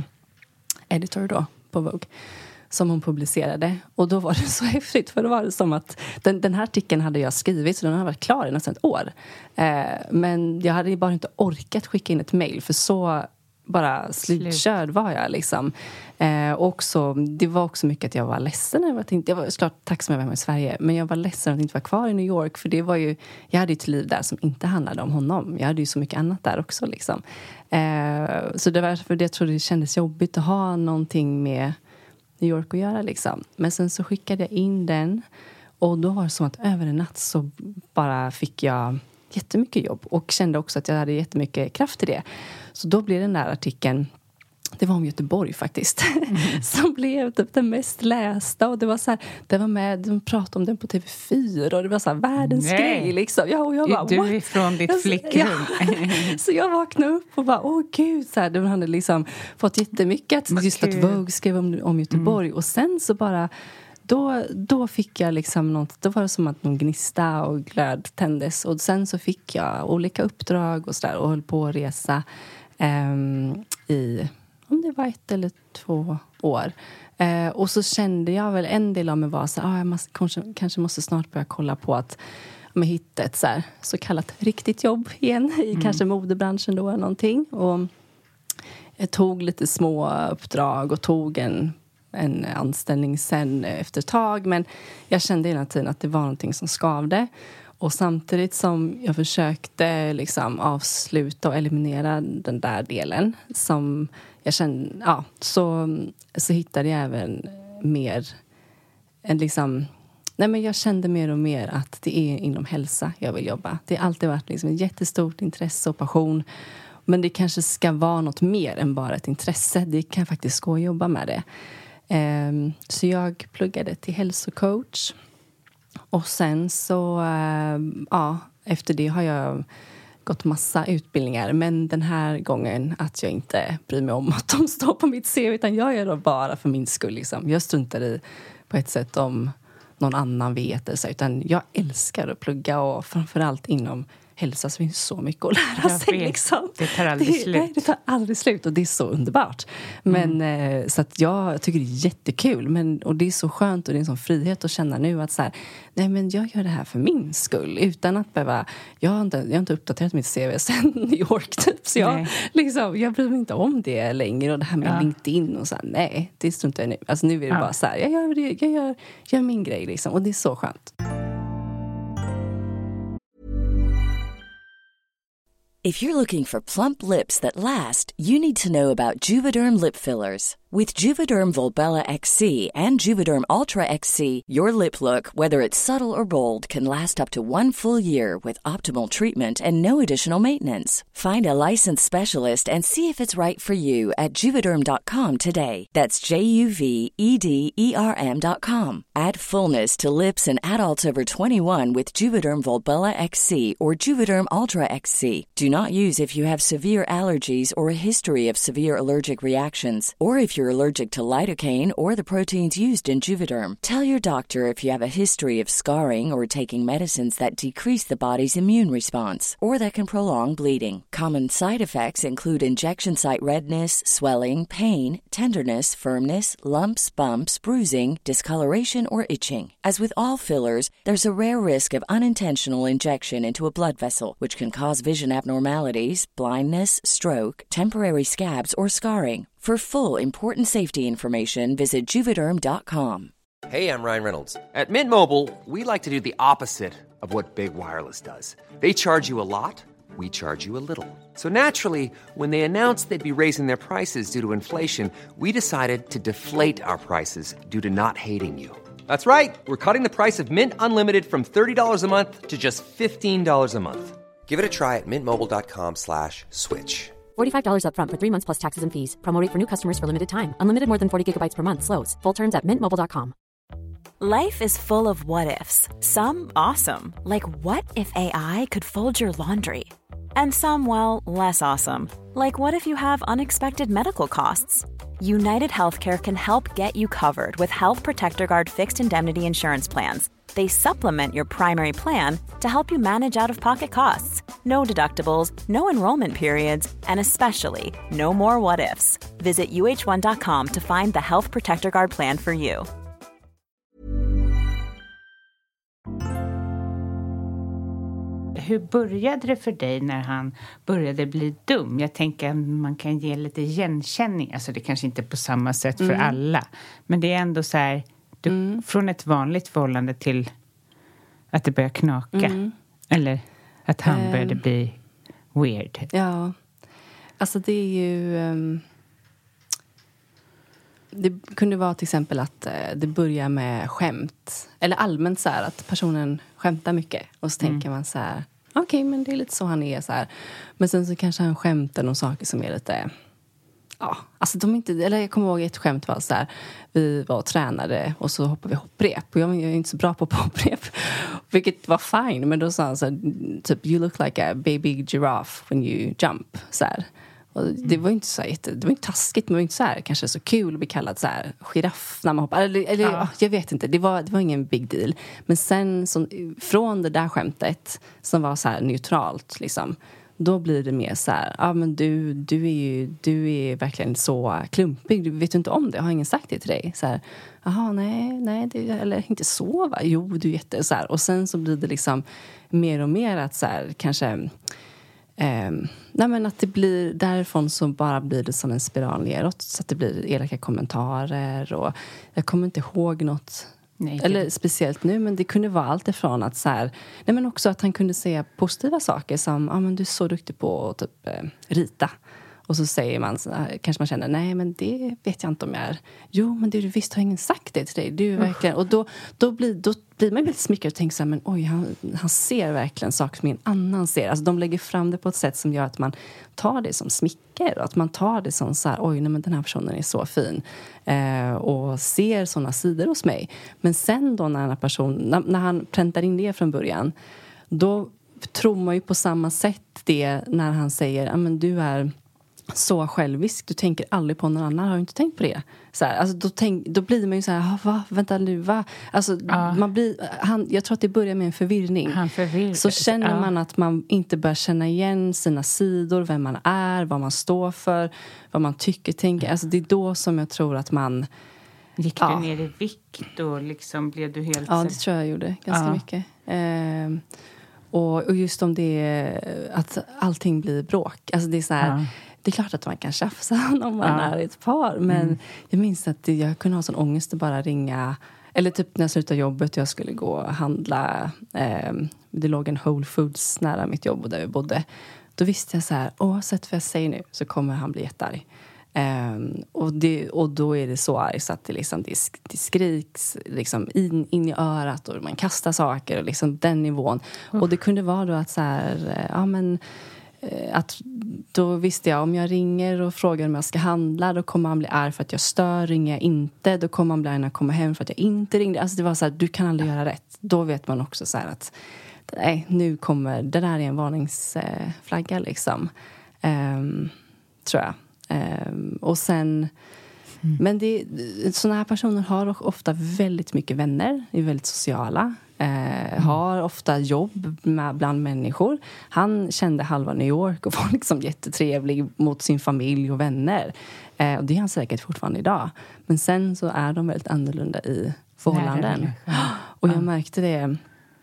editor då på Vogue, som hon publicerade. Och då var det så häftigt, för då var det som att den, den här artikeln hade jag skrivit, så den har varit klar i nästan ett år. Eh, men jag hade bara inte orkat skicka in ett mejl, för så bara slutkörd var jag liksom. Eh, och så, det var också mycket att jag var ledsen. Jag, tänkte, jag var såklart tacksam att jag var hemma i Sverige, men jag var ledsen att inte vara kvar i New York, för det var ju, jag hade ju ett liv där som inte handlade om honom. Jag hade ju så mycket annat där också liksom. Eh, så det var för det jag tror det kändes jobbigt att ha någonting med New York att göra liksom. Men sen så skickade jag in den, och då var det som att över en natt så bara fick jag jättemycket jobb, och kände också att jag hade jättemycket kraft i det. Så då blev den där artikeln, det var om Göteborg faktiskt, mm. som blev typ den mest lästa, och det var så här, det var med, de pratade om den på T V fyra, och det var så här världens Nej. grej liksom. Ja, och jag bara, du What? är från ditt flickrum. Ja. Så jag vaknade upp och bara, åh gud, så här, de hade liksom fått jättemycket att, just att Vogue skrev om, om Göteborg, mm. och sen så bara Då, då fick jag liksom något, då var det som att någon gnista och glöd tändes. Och sen så fick jag olika uppdrag och sådär, och höll på att resa um, i, om det var ett eller två år. Uh, och så kände jag väl, en del av mig var så ah, jag måste, kanske, kanske måste snart börja kolla på att med hitta ett så, här, så kallat riktigt jobb igen i mm. kanske modebranschen då eller någonting. Och jag tog lite små uppdrag och tog en en anställning sen efter ett tag, men jag kände hela tiden att det var någonting som skavde, och samtidigt som jag försökte liksom avsluta och eliminera den där delen som jag kände, ja, så, så hittade jag även mer en liksom, nej men jag kände mer och mer att det är inom hälsa jag vill jobba. Det har alltid varit liksom ett jättestort intresse och passion, men det kanske ska vara något mer än bara ett intresse. Det kan faktiskt gå att jobba med det. Um, så jag pluggade till hälsocoach, och sen så uh, ja, efter det har jag gått massa utbildningar, men den här gången att jag inte bryr mig om att de står på mitt C V, utan jag gör det bara för min skull liksom. Jag struntar i på ett sätt om någon annan vet det, utan jag älskar att plugga, och framförallt inom hälsa så finns så mycket att lära Jag sig. vet. Liksom. Det tar aldrig det, slut. Nej, det tar aldrig slut och det är så underbart. Men, Mm. eh, så att jag, jag tycker det är jättekul. Men, och det är så skönt och det är en sån frihet att känna nu att så här, nej men jag gör det här för min skull. Utan att behöva, jag har inte, jag har inte uppdaterat mitt C V sen New York typ. Så jag, liksom, jag bryr mig inte om det längre. Och det här med Ja. LinkedIn och så här, nej, det struntar jag nu. Alltså nu är det Ja. bara så här, jag gör, det, jag gör, gör min grej liksom. Och det är så skönt. If you're looking for plump lips that last, you need to know about Juvederm lip fillers. With Juvederm Volbella X C and Juvederm Ultra X C, your lip look, whether it's subtle or bold, can last up to one full year with optimal treatment and no additional maintenance. Find a licensed specialist and see if it's right for you at juvederm dot com today. That's J U V E D E R M dot com. Add fullness to lips in adults over twenty-one with Juvederm Volbella X C or Juvederm Ultra X C. Do not use if you have severe allergies or a history of severe allergic reactions, or if you're allergic to lidocaine or the proteins used in Juvederm. Tell your doctor if you have a history of scarring or taking medicines that decrease the body's immune response or that can prolong bleeding. Common side effects include injection site redness, swelling, pain, tenderness, firmness, lumps, bumps, bruising, discoloration, or itching. As with all fillers, there's a rare risk of unintentional injection into a blood vessel, which can cause vision abnormalities, blindness, stroke, temporary scabs, or scarring. For full, important safety information, visit Juvederm dot com. Hey, I'm Ryan Reynolds. At Mint Mobile, we like to do the opposite of what Big Wireless does. They charge you a lot, we charge you a little. So naturally, when they announced they'd be raising their prices due to inflation, we decided to deflate our prices due to not hating you. That's right. We're cutting the price of Mint Unlimited from thirty dollars a month to just fifteen dollars a month. Give it a try at mintmobile.com slash switch. forty-five dollars up front for three months plus taxes and fees. Promo rate for new customers for limited time. Unlimited more than forty gigabytes per month. Slows full terms at mint mobile dot com. Life is full of what-ifs. Some awesome. Like what if A I could fold your laundry? And some, well, less awesome. Like what if you have unexpected medical costs? United Healthcare can help get you covered with Health Protector Guard fixed indemnity insurance plans. They supplement your primary plan to help you manage out-of-pocket costs. No deductibles, no enrollment periods, and especially no more what-ifs. Visit U H one dot com to find the Health Protector Guard plan for you. Hur började det för dig när han började bli dum? Jag tänker att man kan ge lite igenkänning. Alltså det kanske inte är på samma sätt för Mm. alla. Men det är ändå så här, du, mm. från ett vanligt förhållande till att det börjar knaka. Mm. Eller att han um, började bli weird. Ja, alltså det är ju... Um, det kunde vara till exempel att uh, det börjar med skämt. Eller allmänt så här att personen skämtar mycket. Och så mm. tänker man så här, okej okay, men det är lite så han är så här. Men sen så kanske han skämtar om saker som är lite... Ja, alltså de inte, eller jag kommer ihåg ett skämt var så här, vi var och tränade och så hoppade vi hopprep och jag är inte så bra på hopprep, vilket var fine, men då sa han så här, typ you look like a baby giraffe when you jump så här. Och det var inte så här, det var inte taskigt, men det var inte så här kanske så kul att bli kallad så här giraff när man hoppar eller, eller ja. Jag vet inte, det var, det var ingen big deal, men sen som, från det där skämtet som var så här neutralt liksom, då blir det mer så här, ja ah, men du, du är ju, du är verkligen så klumpig, du vet inte om det, har ingen sagt det till dig så här, jaha nej, nej det, eller inte så va, jo du är jätte så här, och sen så blir det liksom mer och mer att så här, kanske eh, nej men att det blir, därifrån så bara blir det som en spiral neråt, så att det blir elaka kommentarer och jag kommer inte ihåg något. Nej, eller speciellt nu, men det kunde vara allt ifrån att så här, nej men också att han kunde säga positiva saker som, ja ah, men du är så duktig på att typ eh, rita. Och så säger man, så här, kanske man känner, nej men det vet jag inte om jag är. Jo, men det, du visst har ingen sagt det till dig. Du är verkligen, och då, då, blir, då blir man väldigt smickrad och tänker så här, men oj, han, han ser verkligen saker som en annan ser. Alltså de lägger fram det på ett sätt som gör att man tar det som smicker. Och att man tar det som så här, oj, nej men den här personen är så fin. Eh, och ser sådana sidor hos mig. Men sen då när den här personen, när, när han präntar in det från början, då tror man ju på samma sätt det när han säger, ja men du är... så självisk. Du tänker aldrig på någon annan. Har du inte tänkt på det? Så här, alltså, då, tänk, då blir man ju så här, va? Vänta nu, va? Alltså, ja. man blir, han, jag tror att det börjar med en förvirring. Han förvirrar. Så känner ja. man att man inte börjar känna igen sina sidor, vem man är, vad man står för, vad man tycker, tänker. Alltså, det är då som jag tror att man... Gick ja. du ner i vikt och liksom blev du helt... Ja, det tror jag gjorde ganska ja. mycket. Eh, och, och just om det är att allting blir bråk. Alltså det är så här... Ja. Det är klart att man kan tjafsa om man ja. är ett par. Men mm. jag minns att jag kunde ha sån ångest att bara ringa. Eller typ när jag slutade jobbet och jag skulle gå och handla. Eh, det låg en Whole Foods nära mitt jobb och där vi bodde. Då visste jag så här, oavsett vad jag säger nu så kommer han bli jättearg. Eh, och, det, och då är det så arg så att det, liksom, det, det skriks liksom in, in i örat och man kastar saker och liksom den nivån. Mm. Och det kunde vara då att så här, ja men... Att då visste jag, om jag ringer och frågar om jag ska handla, då kommer han bli arg för att jag stör. Ringer jag inte, då kommer han bli arg när jag kommer hem för att jag inte ringde. Alltså det var så här, du kan aldrig göra rätt. Då vet man också så här att nej, nu kommer, det där är en varningsflagga liksom. Um, tror jag. Um, och sen mm. men det, såna här personer har ofta väldigt mycket vänner, är väldigt sociala. Eh, mm. Har ofta jobb med, bland människor. Han kände halva New York och var liksom jättetrevlig mot sin familj och vänner. Eh, och det är han säkert fortfarande idag. Men sen så är de väldigt annorlunda i förhållanden. Och jag märkte det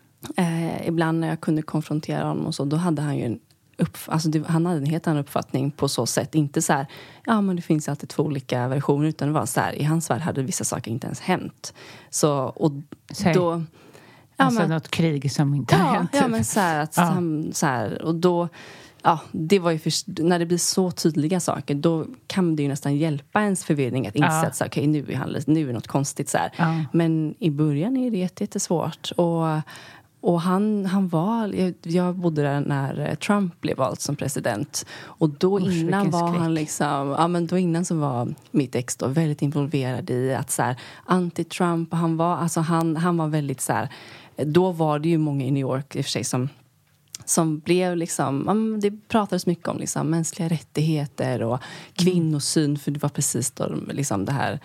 eh, ibland när jag kunde konfrontera honom och så. Då hade han ju en upp, alltså det, han hade en helt annan uppfattning på så sätt. Inte så här, ja men det finns alltid två olika versioner. Utan det var så här, i hans värld hade vissa saker inte ens hänt. Så, och Säg. då... Ja, alltså men, något krig som inte ja, har hänt. Ja, men så här, att, ja. han, så här och då, ja, det var ju för, när det blir så tydliga saker, då kan det ju nästan hjälpa ens förvirring att inse ja. att så, okay, nu är han, nu är något konstigt så här. Ja. Men i början är det jättesvårt och och han, han var, jag, jag bodde där när Trump blev vald som president. Och då Usch, innan var skräck. han liksom, ja men då innan så var mitt ex då väldigt involverad i att så här, anti-Trump, han var, alltså han, han var väldigt så här, då var det ju många i New York i och för sig som som blev liksom, det pratades mycket om liksom mänskliga rättigheter och kvinnosyn, för det var precis då liksom det här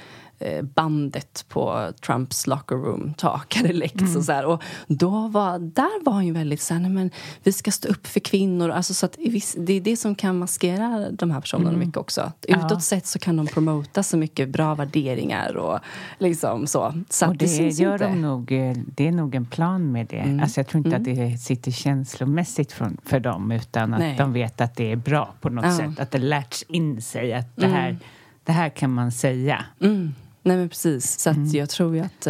bandet på Trumps locker room tak hade läckts mm. och så här. Och då var, där var han ju väldigt så här, nej men vi ska stå upp för kvinnor. Alltså så att det är det som kan maskera de här personerna mm. mycket också. Utåt ja. sett så kan de promota så mycket bra värderingar och liksom så. Så och att det, det gör inte. de nog, det är nog en plan med det. Mm. Alltså jag tror inte mm. att det sitter känslomässigt för, för dem, utan att nej. de vet att det är bra på något ja. sätt. Att det lärts in sig att det här, mm. det här kan man säga. Mm. Nej men precis, så att mm. jag tror ju att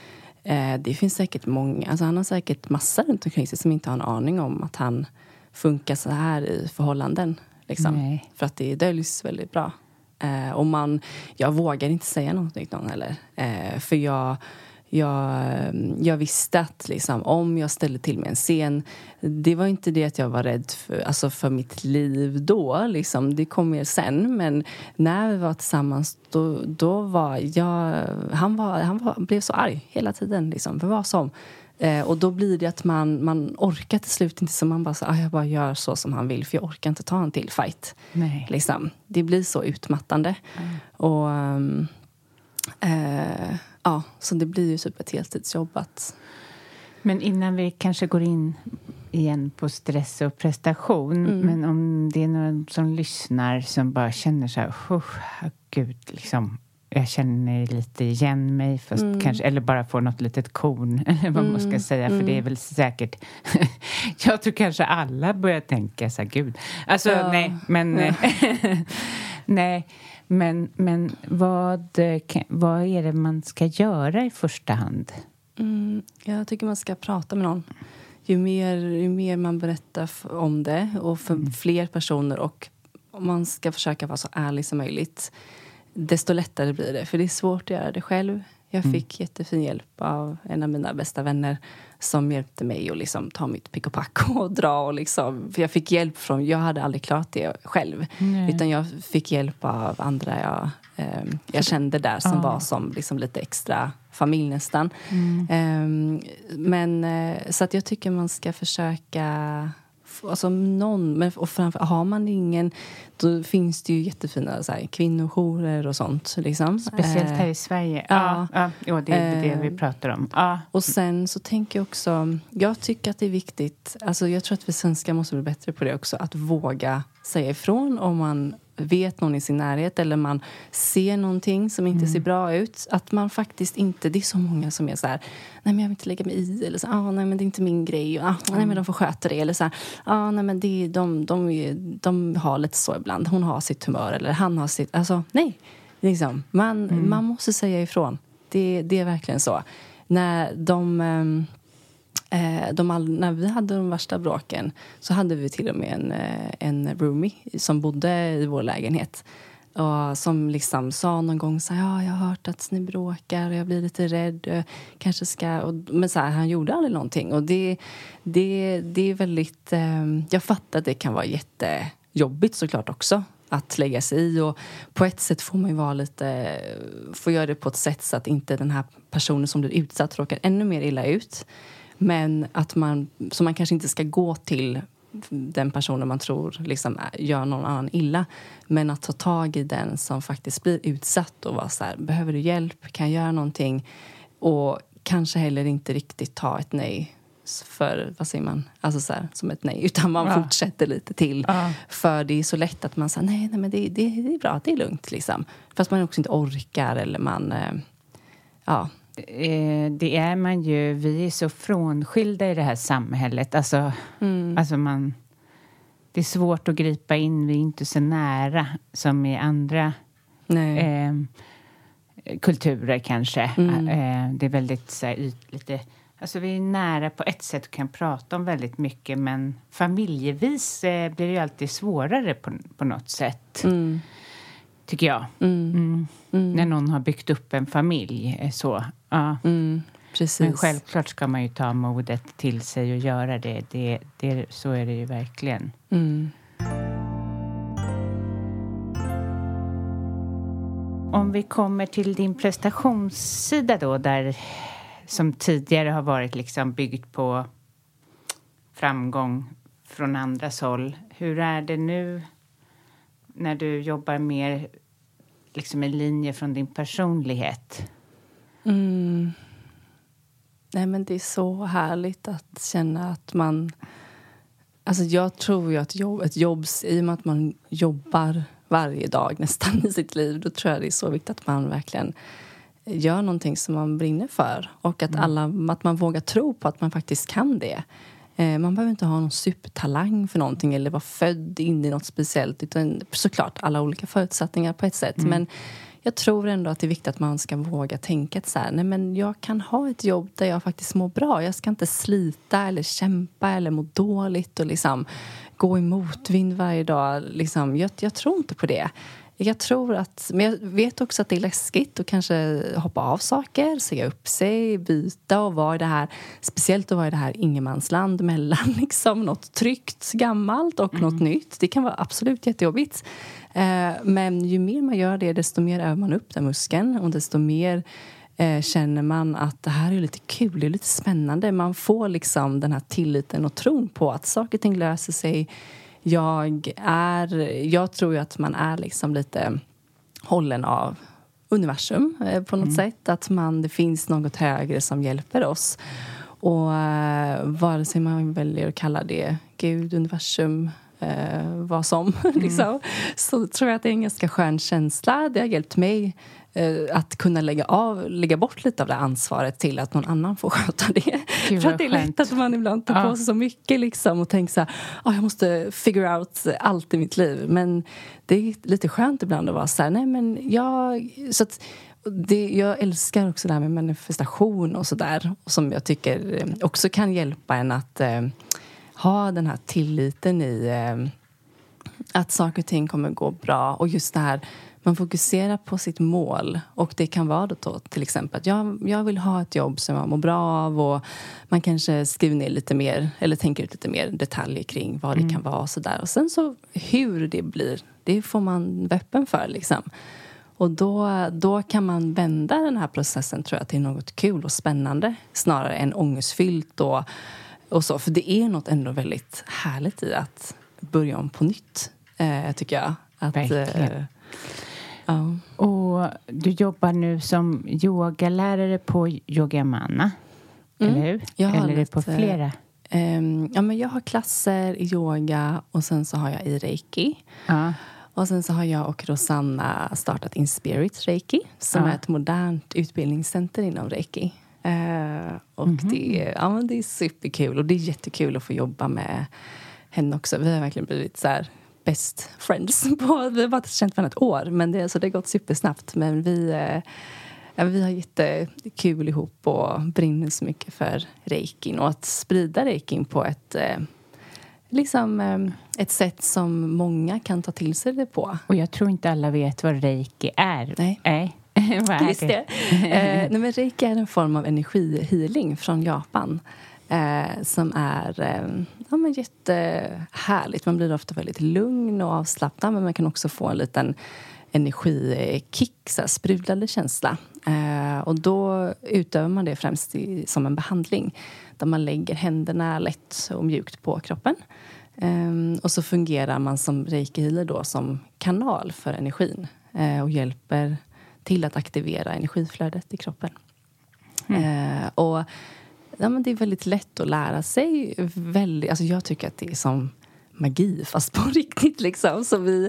eh, det finns säkert många, alltså han har säkert massor runt omkring sig som inte har en aning om att han funkar så här i förhållanden liksom. Nej. För att det döljs väldigt bra. Eh, och man, jag vågar inte säga någonting till någon heller. Eh, för jag, jag, jag visste att liksom, om jag ställde till med en scen, det var inte det att jag var rädd för, alltså för mitt liv då. Liksom, det kom mer sen. Men när vi var tillsammans, då, då var jag... Han, var, han var, blev så arg hela tiden. Liksom, för vad som. Eh, och då blir det att man, man orkar till slut inte, så man bara så, ah, jag bara gör så som han vill, för jag orkar inte ta en till fight. Nej. Liksom. Det blir så utmattande. Mm. Och... Um, eh, ja, så det blir ju typ ett heltidsjobb att... Men innan vi kanske går in igen på stress och prestation, mm. men om det är någon som lyssnar som bara känner så här, oh, gud, liksom, jag känner lite igen mig, fast mm. kanske, eller bara får något litet korn, eller vad mm. man ska säga, för mm. det är väl säkert, jag tror kanske alla börjar tänka så här, gud, alltså ja. nej, men ja. nej, men, men vad, vad är det man ska göra i första hand? Mm, jag tycker man ska prata med någon. Ju mer, ju mer man berättar om det och för mm. fler personer, och om man ska försöka vara så ärlig som möjligt, desto lättare blir det. För det är svårt att göra det själv. Jag fick mm. jättefin hjälp av en av mina bästa vänner som hjälpte mig att liksom ta mitt pick och pack och dra. Och liksom, för jag fick hjälp från, jag hade aldrig klarat det själv. Nej. Utan jag fick hjälp av andra jag, eh, jag kände där som ah. var som liksom lite extra familj nästan. Mm. Eh, men så att jag tycker man ska försöka alltså någon, men och framför, har man ingen, då finns det ju jättefina så här, kvinnojourer och sånt liksom. Speciellt här i Sverige. Ja, ja, ja det är det vi pratar om. Ja. Och sen så tänker jag också, jag tycker att det är viktigt, alltså jag tror att vi svenskar måste bli bättre på det också, att våga säga ifrån om man vet någon i sin närhet eller man ser någonting som inte mm. ser bra ut, att man faktiskt inte, det är så många som är så här, nej men jag vill inte lägga mig i, eller så, ah, nej men det är inte min grej, ah, nej men de får sköta det, eller så här, ah, nej men det, de, de, de, de har lite så ibland, hon har sitt humör eller han har sitt, alltså nej, liksom, man, mm. man måste säga ifrån, det, det är verkligen så. När de eh, De all, när vi hade de värsta bråken så hade vi till och med en, en roomie som bodde i vår lägenhet. Och som liksom sa någon gång så här, ja, jag har hört att ni bråkar och jag blir lite rädd. Kanske ska, och, men så här, han gjorde aldrig någonting. Och det, det, det är väldigt, eh, jag fattar att det kan vara jättejobbigt såklart också. Att lägga sig i, och på ett sätt får man ju vara lite, får göra det på ett sätt så att inte den här personen som blir utsatt råkar ännu mer illa ut. Men att man, så man kanske inte ska gå till den personen man tror liksom gör någon annan illa. Men att ta tag i den som faktiskt blir utsatt och vara så här, behöver du hjälp? Kan jag göra någonting? Och kanske heller inte riktigt ta ett nej för, vad säger man? Alltså så här, som ett nej. Utan man ja. fortsätter lite till. Ja. För det är så lätt att man säger, nej, nej men det, det, det är bra, det är lugnt liksom. Fast man också inte orkar eller man, eh, ja... Det är man ju, vi är så frånskilda i det här samhället. Alltså, mm. alltså man, det är svårt att gripa in, vi är inte så nära som i andra eh, kulturer kanske. Mm. Eh, det är väldigt så här, lite, alltså vi är nära på ett sätt och kan prata om väldigt mycket, men familjevis eh, blir det ju alltid svårare på, på något sätt. Mm. Tycker jag. Mm. Mm. Mm. När någon har byggt upp en familj. Så, ja. Mm. Precis. Men självklart ska man ju ta modet till sig och göra det. det, det så är det ju verkligen. Mm. Om vi kommer till din prestationssida då. Där, som tidigare har varit liksom byggt på framgång från andras håll. Hur är det nu? När du jobbar mer liksom i linje från din personlighet? Mm. Nej, men det är så härligt att känna att man... Alltså jag tror ju att jobb, ett jobb, i och med att man jobbar varje dag nästan i sitt liv, då tror jag det är så viktigt att man verkligen gör någonting som man brinner för. Och att, mm. alla, att man vågar tro på att man faktiskt kan det. Man behöver inte ha någon supertalang för någonting eller vara född in i något speciellt, utan såklart alla olika förutsättningar på ett sätt. Mm. Men jag tror ändå att det är viktigt att man ska våga tänka att så här, nej men jag kan ha ett jobb där jag faktiskt mår bra. Jag ska inte slita eller kämpa eller må dåligt och liksom gå i motvind varje dag. Liksom, jag, jag tror inte på det. Jag tror att, men jag vet också att det är läskigt att kanske hoppa av saker, säga upp sig, byta och vara i det här, speciellt att vara i det här ingenmansland mellan liksom något tryggt, gammalt och mm. något nytt. Det kan vara absolut jättejobbigt. Eh, men ju mer man gör det, desto mer övar man upp den muskeln och desto mer eh, känner man att det här är lite kul, det är lite spännande. Man får liksom den här tilliten och tron på att saker och ting löser sig. Jag är, jag tror ju att man är liksom lite hållen av universum eh, på något mm. sätt. Att man, det finns något högre som hjälper oss. Och eh, vare sig man väljer att kalla det Gud, universum, eh, vad som. Mm. liksom, så tror jag att det är en ganska skön känsla. Det har hjälpt mig eh, att kunna lägga, av, lägga bort lite av det ansvaret till att någon annan får sköta det. Gud, för att det är lätt att man ibland tar ja. på sig så mycket liksom, och tänker så här, oh, jag måste figure out allt i mitt liv. Men det är lite skönt ibland att vara så här, nej men jag... Så att, det, jag älskar också det här med manifestation och sådär, som jag tycker också kan hjälpa en att eh, ha den här tilliten i eh, att saker och ting kommer gå bra. Och just det här, man fokuserar på sitt mål. Och det kan vara då till exempel att jag, jag vill ha ett jobb som jag mår bra av. Och man kanske skriver ner lite mer, eller tänker ut lite mer detaljer kring vad det mm. kan vara och sådär. Och sen så hur det blir, det får man vara öppen för liksom. Och då, då kan man vända den här processen, tror jag, till något kul och spännande. Snarare än ångestfyllt och och så. För det är något ändå väldigt härligt i att börja om på nytt, eh, tycker jag. Att, verkligen. Eh, ja. Och du jobbar nu som yogalärare på Yogamanna, mm. eller hur? Eller är det på flera? Um, ja, men jag har klasser i yoga och sen så har jag i reiki. Ja. Och sen så har jag och Rosanna startat Inspirit Reiki, som ja. är ett modernt utbildningscenter inom reiki. Uh, och mm-hmm. det, är, ja, men det är superkul, och det är jättekul att få jobba med henne också. Vi har verkligen blivit så här best friends. På, vi har bara känt varandra ett år, men det, så det har gått supersnabbt. Men vi, uh, ja, vi har jättekul ihop och brinner så mycket för reikin. Och att sprida reikin på ett... Uh, liksom um, ett sätt som många kan ta till sig det på. Och jag tror inte alla vet vad reiki är. Nej. Nej. Vad är Just det. eh, nej, men reiki är en form av energihealing från Japan. Eh, som är eh, ja, men jättehärligt. Man blir ofta väldigt lugn och avslappnad. Men man kan också få en liten energikick, så här, sprudlande känsla. Eh, och då utövar man det främst i, som en behandling. Där man lägger händerna lätt och mjukt på kroppen. Um, och så fungerar man som reiki-healer då som kanal för energin. Uh, och hjälper till att aktivera energiflödet i kroppen. Mm. Uh, och ja, men det är väldigt lätt att lära sig. Väldigt, alltså jag tycker att det är som magi, fast på riktigt liksom. Så vi,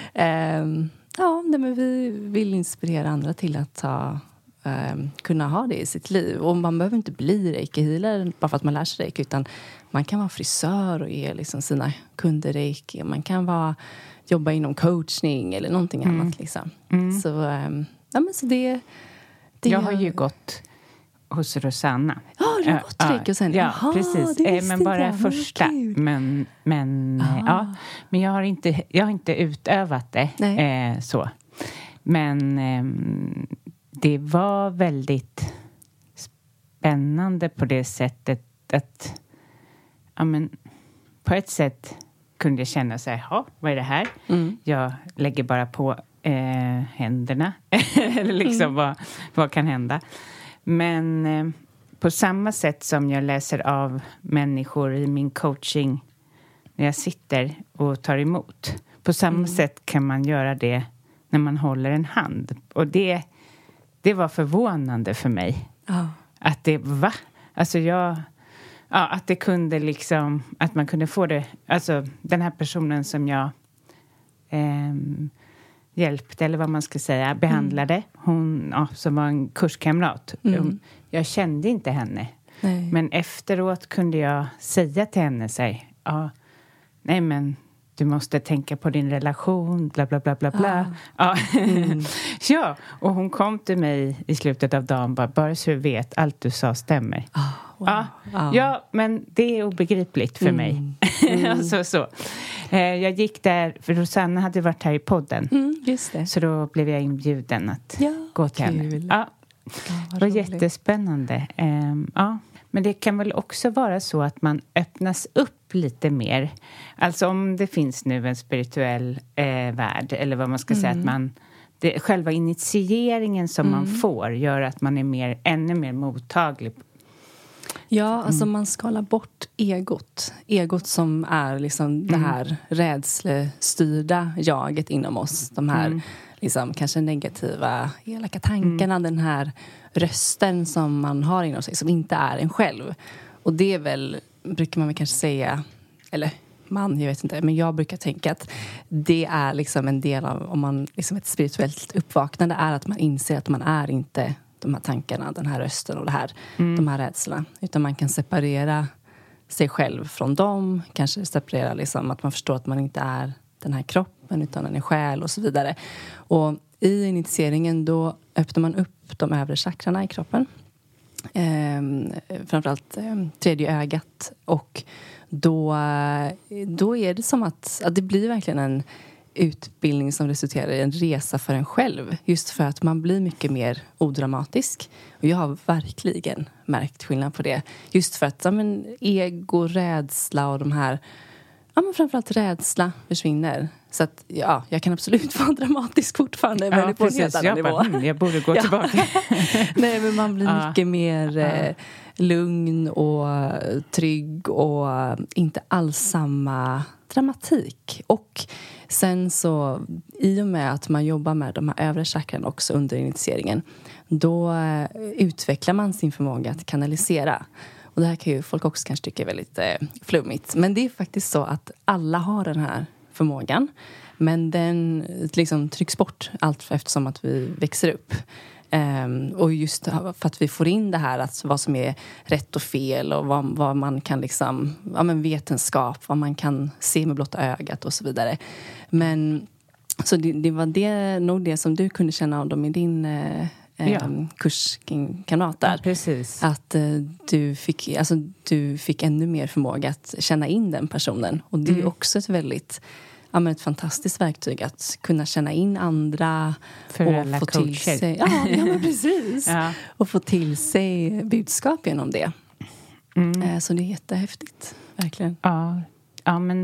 um, ja, nej, men vi vill inspirera andra till att ta... Um, kunna ha det i sitt liv. Och man behöver inte bli reiki-healer bara för att man lär sig reiki, utan man kan vara frisör och ge liksom sina kunder reiki. Man kan vara, jobba inom coachning eller någonting mm. annat liksom. Mm. Så, um, ja, men så det, det jag har ju gått hos Rosanna. Ja, du har gått reiki och sen. Ja, Aha, precis. Eh, men bara jag. första. Men, men, eh, ja, men jag har inte, jag har inte utövat det eh, så. Men eh, det var väldigt spännande på det sättet att, ja, men på ett sätt kunde jag känna så här, ja, vad är det här? Mm. Jag lägger bara på eh, händerna. Eller liksom, mm. vad, vad kan hända? Men eh, på samma sätt som jag läser av människor i min coaching när jag sitter och tar emot. På samma mm. sätt kan man göra det när man håller en hand. Och det, det var förvånande för mig. Oh. Att det, va? Alltså jag... Ja, att det kunde liksom... Att man kunde få det... Alltså den här personen som jag eh, hjälpte, eller vad man ska säga, behandlade. Mm. Hon, ja, som var en kurskamrat. Mm. Jag kände inte henne. Nej. Men efteråt kunde jag säga till henne, säg, ja, nej men... Du måste tänka på din relation, bla bla bla bla bla. Ah. Ja. Mm. Ja, och hon kom till mig i slutet av dagen bara, bara så du vet, allt du sa stämmer. Oh, wow. Ja. Oh. Ja, men det är obegripligt för mm. mig. Mm. alltså, så. Jag gick där, för Rosanna hade varit här i podden. Mm, just det. Så då blev jag inbjuden att ja, gå till kul. henne. Ja, ja, det var jättespännande. Um, ja. Men det kan väl också vara så att man öppnas upp lite mer. Alltså om det finns nu en spirituell eh, värld. Eller vad man ska mm. säga. Att man, det, själva initieringen som mm. man får gör att man är mer, ännu mer mottaglig. Ja, alltså mm. man skalar bort egot. Egot som är liksom mm. det här rädslestyrda jaget inom oss. De här mm. liksom, kanske negativa, elaka tankarna. Mm. Den här rösten som man har inom sig som inte är en själv. Och det är väl, brukar man väl kanske säga, eller man, jag vet inte, men jag brukar tänka att det är liksom en del av, om man liksom ett spirituellt uppvaknande är att man inser att man är inte de här tankarna, den här rösten och det här, mm. de här rädslorna. Utan man kan separera sig själv från dem, kanske separera liksom att man förstår att man inte är den här kroppen utan en själ och så vidare. Och i initieringen då öppnar man upp de övre chakrarna i kroppen. Eh, framförallt eh, tredje ögat. Och då, då är det som att, att det blir verkligen en utbildning som resulterar i en resa för en själv. Just för att man blir mycket mer odramatisk. Och jag har verkligen märkt skillnad på det. Just för att ja, men, ego, rädsla och de här ja, men framförallt rädsla försvinner. Så att, ja, jag kan absolut vara dramatisk fortfarande. Ja, men på precis. en helt annan jag nivå. Bara, mm, jag borde gå ja. tillbaka. Nej, men man blir ja. mycket mer eh, lugn och trygg och inte alls samma dramatik. Och sen så, i och med att man jobbar med de här övre chakran också under initieringen, då eh, utvecklar man sin förmåga att kanalisera. Och det här kan ju folk också kanske tycka är väldigt eh, flummigt. Men det är faktiskt så att alla har den här förmågan. Men den liksom trycks bort allt eftersom att vi växer upp. Um, och just för att vi får in det här att vad som är rätt och fel och vad, vad man kan liksom, ja men vetenskap, vad man kan se med blotta ögat och så vidare. Men så det, det var det, nog det som du kunde känna av dem i din eh, ja. kurskamrat där. Ja, precis. Att eh, du fick, alltså, du fick ännu mer förmåga att känna in den personen. Och det är mm. också ett väldigt, ja, men ett fantastiskt verktyg att kunna känna in andra för och få till sig, ja, ja men precis. ja. Och få till sig budskap genom det. Mm. Eh, så det är jättehäftigt, verkligen. Ja, ja men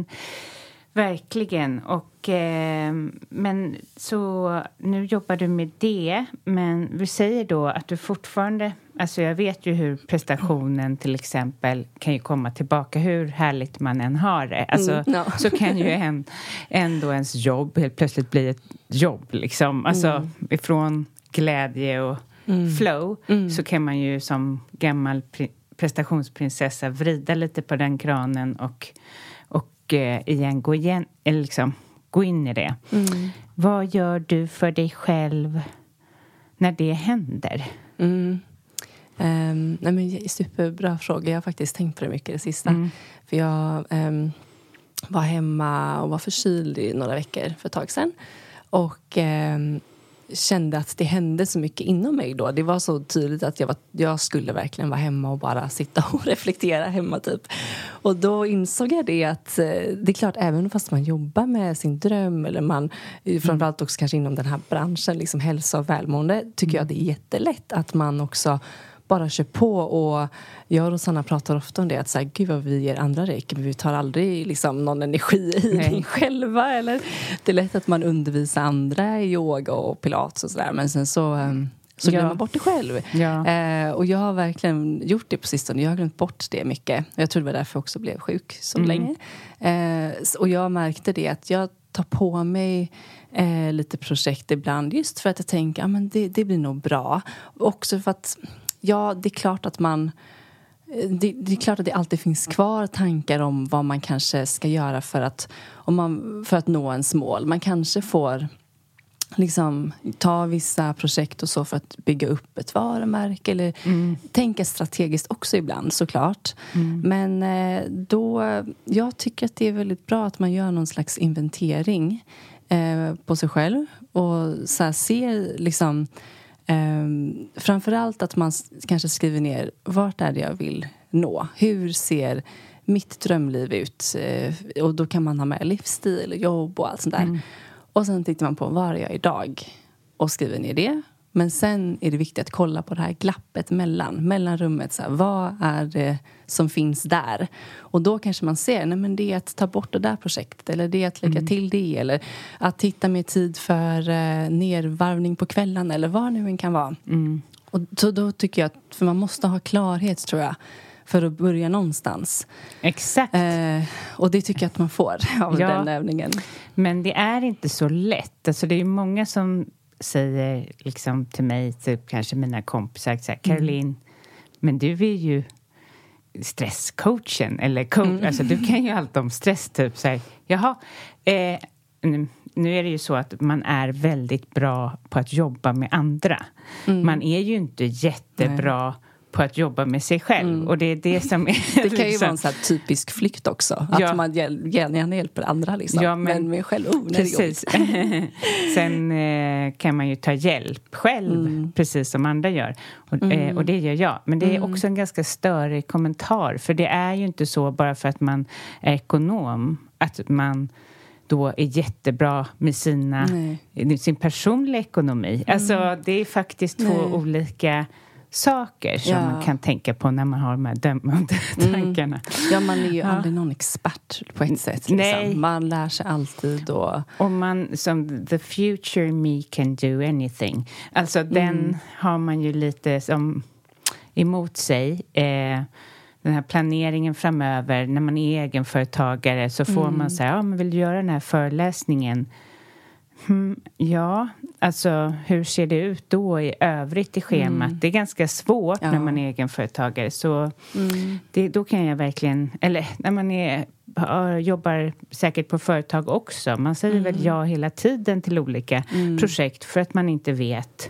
verkligen. Och, eh, men så nu jobbar du med det. Men vi säger då att du fortfarande... Alltså jag vet ju hur prestationen till exempel kan ju komma tillbaka. Hur härligt man än har det. Alltså, mm, no. Så kan ju en, ändå ens jobb helt plötsligt bli ett jobb. Liksom. Alltså mm. ifrån glädje och mm. flow mm. så kan man ju som gammal pre- prestationsprinsessa vrida lite på den kranen och... Och eh, igen, gå, igen eller liksom, gå in i det. Mm. Vad gör du för dig själv när det händer? Mm. Um, nej men, superbra fråga. Jag har faktiskt tänkt på det mycket det sista. Mm. För jag um, var hemma och var förkyld i några veckor för ett tag sedan. Och... Um, kände att det hände så mycket inom mig då. Det var så tydligt att jag, var, jag skulle verkligen vara hemma och bara sitta och reflektera hemma typ. Och då insåg jag det att det är klart, även fast man jobbar med sin dröm eller man, mm. framförallt också kanske inom den här branschen, liksom hälsa och välmående, tycker mm. jag det är jättelätt att man också bara kör på. Och jag och Sanna pratar ofta om det, att så här, gud vad vi ger andra reiki, men vi tar aldrig liksom någon energi i det själva. Eller det är lätt att man undervisar andra i yoga och pilates och sådär, men sen så, så glömmer ja. man bort det själv. Ja. Eh, och jag har verkligen gjort det på sistone. Jag har glömt bort det mycket. Jag tror det var därför jag också blev sjuk så mm. länge. Eh, och jag märkte det att jag tar på mig eh, lite projekt ibland, just för att jag tänker, ja men det, det blir nog bra. Också för att ja, det är klart att man det, det är klart att det alltid finns kvar tankar om vad man kanske ska göra för att, om man, för att nå ens mål. Man kanske får liksom ta vissa projekt och så för att bygga upp ett varumärke eller mm. tänka strategiskt också ibland, såklart. Mm. Men då, jag tycker att det är väldigt bra att man gör någon slags inventering eh, på sig själv och så här ser liksom Um, framförallt att man kanske skriver ner vart är det jag vill nå. Hur ser mitt drömliv ut? Uh, och då kan man ha med livsstil, jobb och allt sånt där. Mm. Och sen tittar man på var är jag idag och skriver ner det. Men sen är det viktigt att kolla på det här glappet mellan, mellan rummet. Så här, vad är det som finns där? Och då kanske man ser, nej men det är att ta bort det där projektet. Eller det är att lägga mm. till det. Eller att hitta mer tid för eh, nervarvning på kvällen. Eller vad nu än kan vara. Mm. Och så då tycker jag att, för man måste ha klarhet tror jag. För att börja någonstans. Exakt. Eh, och det tycker jag att man får av ja, den övningen. Men det är inte så lätt. Alltså det är många som säger liksom till mig, typ kanske mina kompisar, så här, Caroline, mm. men du är ju stresscoachen eller coach, mm. alltså du kan ju allt om stress typ, så här, jaha, eh, nu, nu är det ju så att man är väldigt bra på att jobba med andra. Mm. Man är ju inte jättebra Nej. på att jobba med sig själv. Mm. Och det är det som är... Det kan ju liksom vara en sån här typisk flykt också. Att ja. man hjäl- gärna hjälper andra liksom. Ja, men, men med själv, oh, precis. Sen eh, kan man ju ta hjälp själv. Mm. Precis som andra gör. Och, mm. eh, och det gör jag. Men det är mm. också en ganska större kommentar. För det är ju inte så bara för att man är ekonom. Att man då är jättebra med sina, sin personliga ekonomi. Mm. Alltså det är faktiskt Nej. två olika saker som Ja. man kan tänka på när man har de här dömande tankarna. Mm. Ja, man är ju Ja. aldrig någon expert på ett sätt. Liksom. Nej. Man lär sig alltid och... Och man, som the future me can do anything. Alltså Mm. den har man ju lite som emot sig. Eh, den här planeringen framöver, när man är egenföretagare så får Mm. man säga, ja men vill du göra den här föreläsningen? Hmm, ja, alltså hur ser det ut då i övrigt i schemat? Mm. Det är ganska svårt Ja. när man är egenföretagare. Så Mm. det, då kan jag verkligen, eller när man är, ja, jobbar säkert på företag också. Man säger väl ja hela tiden till olika Mm. projekt för att man inte vet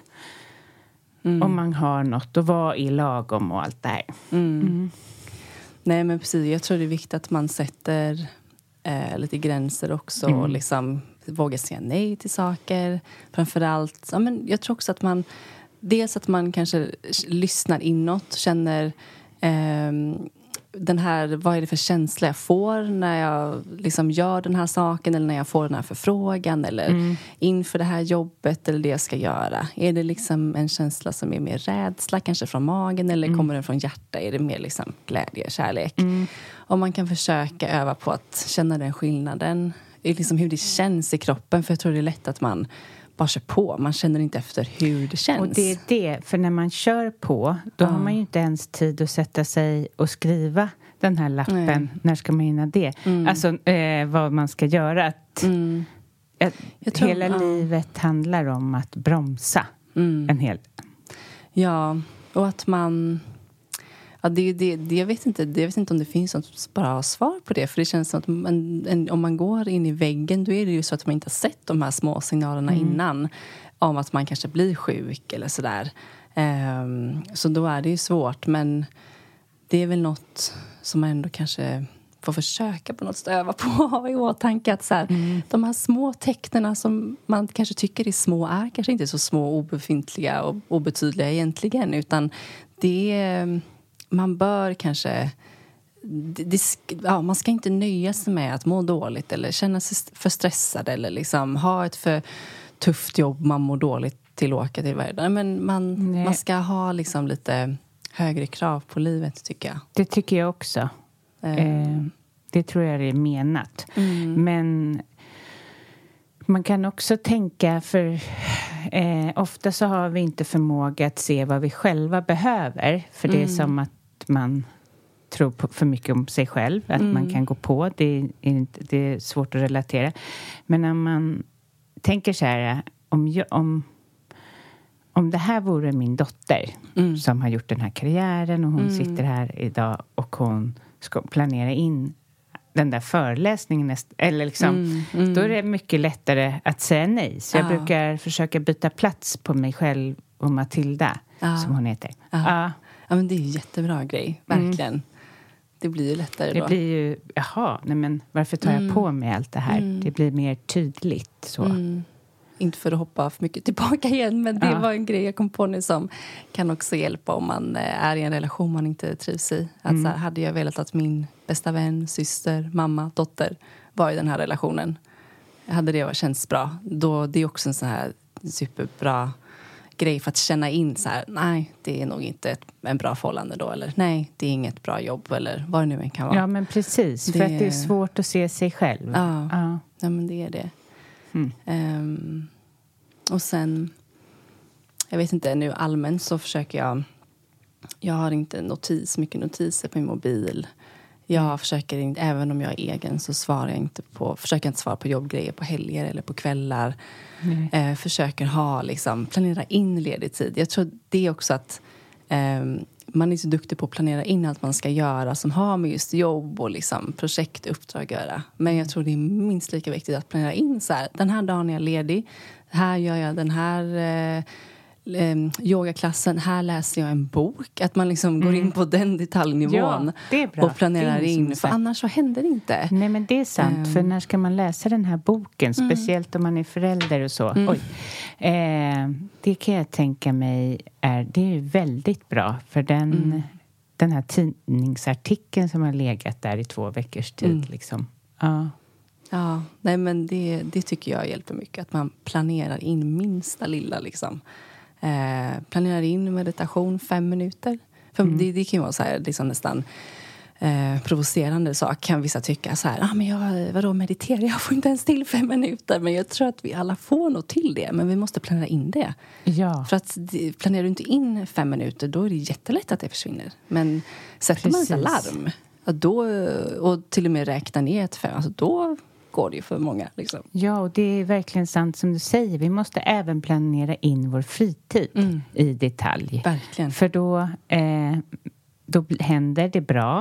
Mm. om man har något och vad är lagom och allt det här. Mm. Mm. Nej, men precis. Jag tror det är viktigt att man sätter eh, lite gränser också Mm. och liksom vågar säga nej till saker. Framförallt, ja, men jag tror också att man dels att man kanske lyssnar inåt, känner ehm, den här, vad är det för känsla jag får när jag liksom gör den här saken eller när jag får den här förfrågan eller Mm. inför det här jobbet eller det jag ska göra. Är det liksom en känsla som är mer rädsla kanske från magen eller Mm. kommer den från hjärta? Är det mer liksom glädje, kärlek? Mm. Om man kan försöka öva på att känna den skillnaden, liksom hur det känns i kroppen, för jag tror det är lätt att man bara kör på. Man känner inte efter hur det känns. Och det är det, för när man kör på, då Ja. har man ju inte ens tid att sätta sig och skriva den här lappen. Nej. När ska man hinna det? Mm. Alltså eh, vad man ska göra. Att, Mm. att Jag tror- hela ja. livet handlar om att bromsa Mm. en hel... Ja, och att man... Ja, det, det, det, jag, vet inte, det, jag vet inte om det finns något bra svar på det. För det känns som att man, en, om man går in i väggen, då är det ju så att man inte har sett de här små signalerna Mm. innan. Om att man kanske blir sjuk eller sådär. Um, så då är det ju svårt. Men det är väl något som man ändå kanske får försöka på något sätt öva på och ha i åtanke. Att så här, Mm. de här små tecknena som man kanske tycker är små är kanske inte så små, obefintliga och obetydliga egentligen. Utan det är... Man bör kanske... Det, det, ja, man ska inte nöja sig med att må dåligt eller känna sig för stressad eller liksom ha ett för tufft jobb man mår dåligt till att åka till världen. Men man, Nej. man ska ha liksom lite högre krav på livet, tycker jag. Det tycker jag också. Eh, det tror jag är menat. Mm. Men man kan också tänka, för eh, ofta så har vi inte förmåga att se vad vi själva behöver. För det är Mm. som att man tror på för mycket om sig själv. Att Mm. man kan gå på. Det är, inte, det är svårt att relatera. Men när man tänker så här, om, jag, om, om det här vore min dotter Mm. som har gjort den här karriären och hon Mm. sitter här idag och hon ska planera in den där föreläsningen näst, eller liksom, Mm, mm. då är det mycket lättare att säga nej. Så jag Ja. brukar försöka byta plats på mig själv och Matilda, Ja. som hon heter. Ja. Ja, Ja, men det är en jättebra grej, verkligen. Det blir ju lättare det då. blir ju, jaha, nej men varför tar jag Mm. på mig allt det här? Mm. Det blir mer tydligt så. Mm. Inte för att hoppa för mycket tillbaka igen, men det Ja. var en grej jag kom på nu som kan också hjälpa om man eh, är i en relation man inte trivs i. Att Mm. så här, hade jag velat att min bästa vän, syster, mamma, dotter var i den här relationen. Hade det känts bra. Då, det är också en sån här superbra grej för att känna in så här, nej, det är nog inte ett, en bra förhållande då. Eller nej, det är inget bra jobb eller vad det nu än kan vara. Ja, men precis. För Det- att det är svårt att se sig själv. Ja. Ja. Ja, men det är det. Mm. Ehm, och sen, jag vet inte, nu allmänt så försöker jag, jag har inte notis, mycket notiser på min mobil. Jag försöker inte, även om jag är egen så svarar jag inte på, försöker inte svara på jobbgrejer på helger eller på kvällar. Nej. Eh, försöker ha, liksom, planera in ledig tid. Jag tror det är också att ehm, man är så duktig på att planera in allt man ska göra som har med just jobb och liksom projekt och uppdrag att göra. Men jag tror det är minst lika viktigt att planera in så här, den här dagen är jag ledig, här gör jag den här eh, eh, yogaklassen, här läser jag en bok. Att man liksom går in på den detaljnivån. Ja, det är bra. Och planerar Det är in, som för sagt. annars så händer det inte. Nej, men det är sant. Ehm. För när ska man läsa den här boken? Speciellt om man är förälder och så. Mm. Oj. Eh, det kan jag tänka mig är, det är ju väldigt bra. För den, Mm. den här tidningsartikeln som har legat där i två veckors tid. Mm. Liksom. Ja. Ja, nej men det, det tycker jag hjälper mycket. Att man planerar in minsta lilla liksom. Eh, planerar in meditation fem minuter. För mm. det, det kan ju vara så här, liksom nästan eh, provocerande sak. Kan vissa tycka så här, ah, men jag, vadå meditera? Jag får inte ens till fem minuter. Men jag tror att vi alla får nog till det. Men vi måste planera in det. Ja. För att planerar du inte in fem minuter, då är det jättelätt att det försvinner. Men sätter man ett alarm, då, och till och med räknar ner ett fem, alltså då går det ju för många. Liksom. Ja, och det är verkligen sant som du säger. Vi måste även planera in vår fritid mm. i detalj. Verkligen. För då, eh, då händer det bra.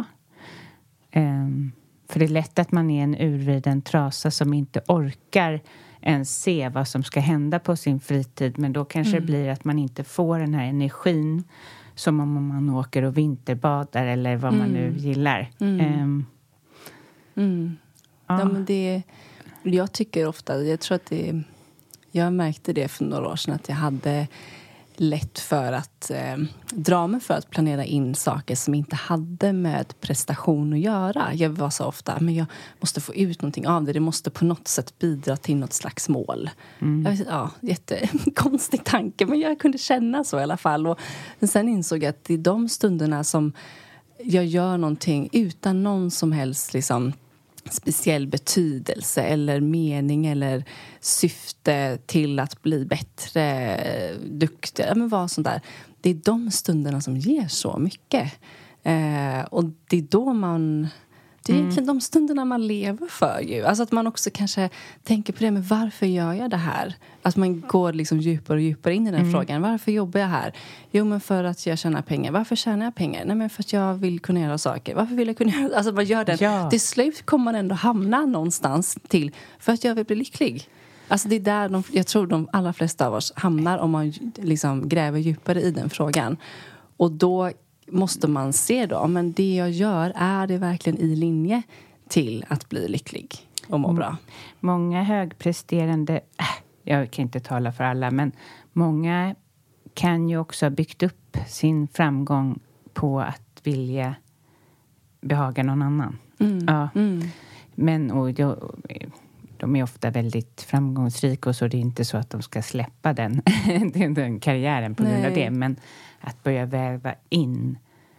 Eh, för det är lätt att man är en urvriden trasa som inte orkar ens se vad som ska hända på sin fritid. Men då kanske mm. det blir att man inte får den här energin som om man åker och vinterbadar eller vad mm. man nu gillar. Mm. Eh, mm. Ja, ja, men det, jag tycker ofta, jag tror att det, jag märkte det för några år sedan att jag hade lätt för att eh, dra mig för att planera in saker som inte hade med prestation att göra. Jag var så ofta, men jag måste få ut någonting av det. Det måste på något sätt bidra till något slags mål. Mm. Jag, ja, jättekonstig tanke, men jag kunde känna så i alla fall. Och sen insåg jag att det är de stunderna som jag gör någonting utan någon som helst liksom speciell betydelse eller mening eller syfte till att bli bättre, duktig, men vad sånt där. Det är de stunderna som ger så mycket. Eh, och det är då man... Det är egentligen mm. de stunderna man lever för ju. Alltså att man också kanske tänker på det, men varför gör jag det här? Att man går liksom djupare och djupare in i den mm. frågan. Varför jobbar jag här? Jo, men för att jag tjänar pengar. Varför tjänar jag pengar? Nej, men för att jag vill kunna göra saker. Varför vill jag kunna göra... Alltså man gör det. Ja. Till slut kommer man ändå hamna någonstans till för att jag vill bli lycklig. Alltså det är där de, jag tror de allra flesta av oss hamnar om man liksom gräver djupare i den frågan. Och då måste man se då, men det jag gör, är det verkligen i linje till att bli lycklig och må bra? Många högpresterande, äh, jag kan inte tala för alla, men många kan ju också ha byggt upp sin framgång på att vilja behaga någon annan. Mm. Ja. Mm. Men och jag, de är ofta väldigt framgångsrika och så det är inte så att de ska släppa den, den karriären på grund Nej. av det. Men att börja väva in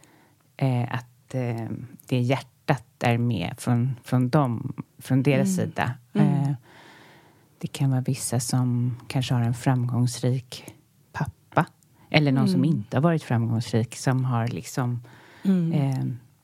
eh, att eh, det hjärtat är med från, från dem, från deras mm. sida. Mm. Eh, det kan vara vissa som kanske har en framgångsrik pappa. Eller någon mm. som inte har varit framgångsrik. Som har liksom mm. eh,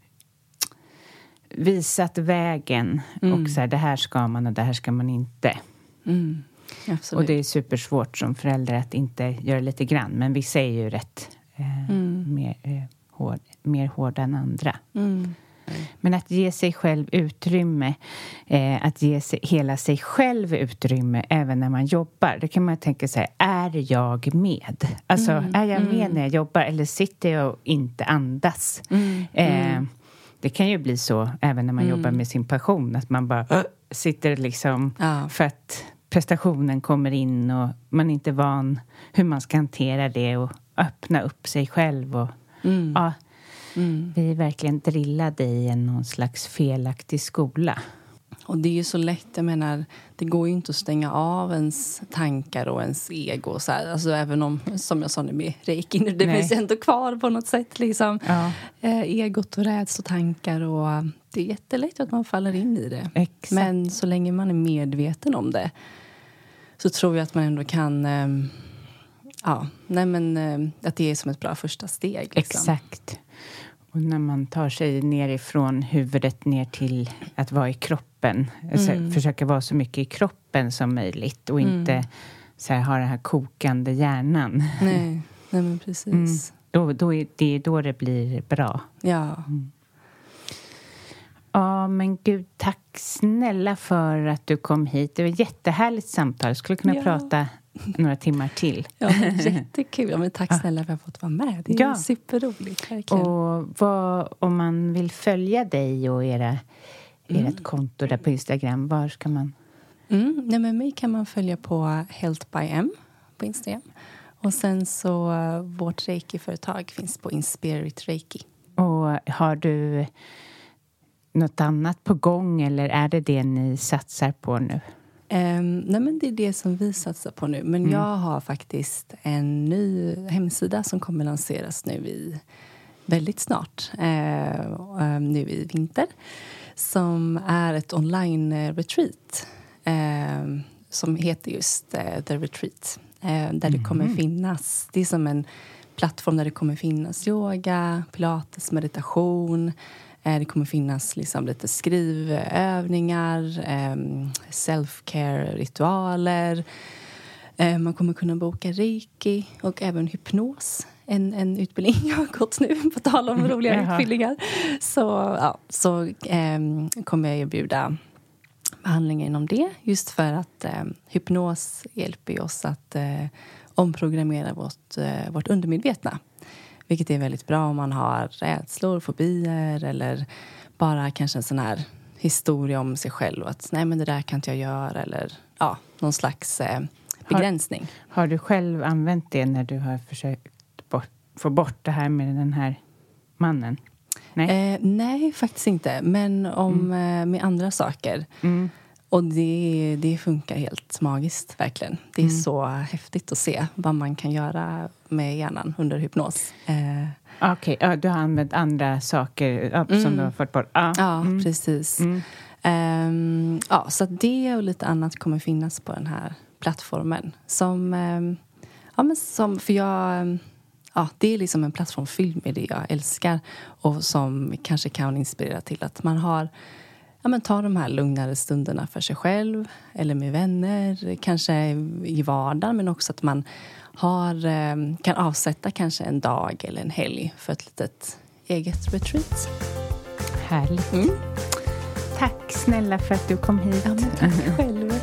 visat vägen. Mm. Och så här, det här ska man och det här ska man inte. Mm. Absolut. Och det är supersvårt som förälder att inte göra lite grann. Men vissa är ju rätt eh, mm. mer, eh, hård, mer hårda än andra. Mm. Men att ge sig själv utrymme, eh, att ge sig, hela sig själv utrymme även när man jobbar. Då kan man tänka sig, är jag med? Alltså, mm. är jag med mm. när jag jobbar? Eller sitter jag och inte andas? Mm. Eh, mm. Det kan ju bli så även när man mm. jobbar med sin passion. Att man bara äh, sitter liksom ja. för att prestationen kommer in och man är inte van hur man ska hantera det och öppna upp sig själv. Och, mm. ja, mm. vi är verkligen drillade i en någon slags felaktig skola. Och det är ju så lätt, jag menar, det går ju inte att stänga av ens tankar och ens ego. Så här. Alltså även om, som jag sa nu med reiki, det Nej. finns ändå kvar på något sätt. Liksom. Ja. Eh, egot och rädsletankar och det är jättelätt att man faller in i det. Exakt. Men så länge man är medveten om det så tror jag att man ändå kan... Eh, ja, nej men eh, att det är som ett bra första steg. Liksom. Exakt. Och när man tar sig nerifrån huvudet ner till att vara i kroppen. Alltså, Mm. försöka vara så mycket i kroppen som möjligt. Och Mm. inte så här, ha den här kokande hjärnan. Nej, nej men precis. Mm. Då, då är det är då det blir bra. Ja. Mm. Ja, men gud, tack snälla för att du kom hit. Det var ett jättehärligt samtal. Jag skulle kunna Ja. prata några timmar till. Ja, men jättekul. Ja, men tack snälla för att jag fått vara med. Det är Ja. superroligt, verkligen. Och vad, om man vill följa dig och era, Mm. ert konto där på Instagram, var ska man? Mm, nej, men mig kan man följa på Health by M på Instagram. Och sen så uh, vårt reiki-företag finns på Inspirit Reiki. Och har du något annat på gång eller är det det ni satsar på nu? Um, nej men det är det som vi satsar på nu. Men mm. jag har faktiskt en ny hemsida som kommer lanseras nu i väldigt snart. Uh, um, nu i vinter. Som är ett online-retreat. Uh, som heter just uh, The Retreat. Uh, där mm. det kommer finnas... Det är som en plattform där det kommer finnas yoga, pilates, meditation. Det kommer finnas liksom lite skrivövningar, self-care-ritualer. Man kommer kunna boka reiki och även hypnos. En, en utbildning jag har gått nu, på tal om roliga mm. utbildningar. Så, ja, så eh, kommer jag erbjuda behandlingar inom det. Just för att eh, hypnos hjälper oss att eh, omprogrammera vårt, eh, vårt undermedvetna. Vilket är väldigt bra om man har rädslor, fobier eller bara kanske en sån här historia om sig själv. Att nej men det där kan inte jag göra eller ja, någon slags eh, begränsning. Har, har du själv använt det när du har försökt bort, få bort det här med den här mannen? Nej, eh, nej faktiskt inte. Men om mm. eh, med andra saker. Mm. Och det, det funkar helt magiskt, verkligen. Det är mm. så häftigt att se vad man kan göra med hjärnan under hypnos. Eh. Okej, okay. ja, du har använt andra saker ja, som mm. du har fått bort. Ah. Ja, mm. precis. Mm. Um, ja, så att det och lite annat kommer finnas på den här plattformen. Som, um, ja, men som för jag... Ja, det är liksom en plattform fylld med det jag älskar. Och som kanske kan inspirera till att man har... Ja, men ta de här lugnare stunderna för sig själv eller med vänner, kanske i vardagen, men också att man har, kan avsätta kanske en dag eller en helg för ett litet eget retreat. Härligt. Mm. Tack snälla för att du kom hit. Ja, men tack själv.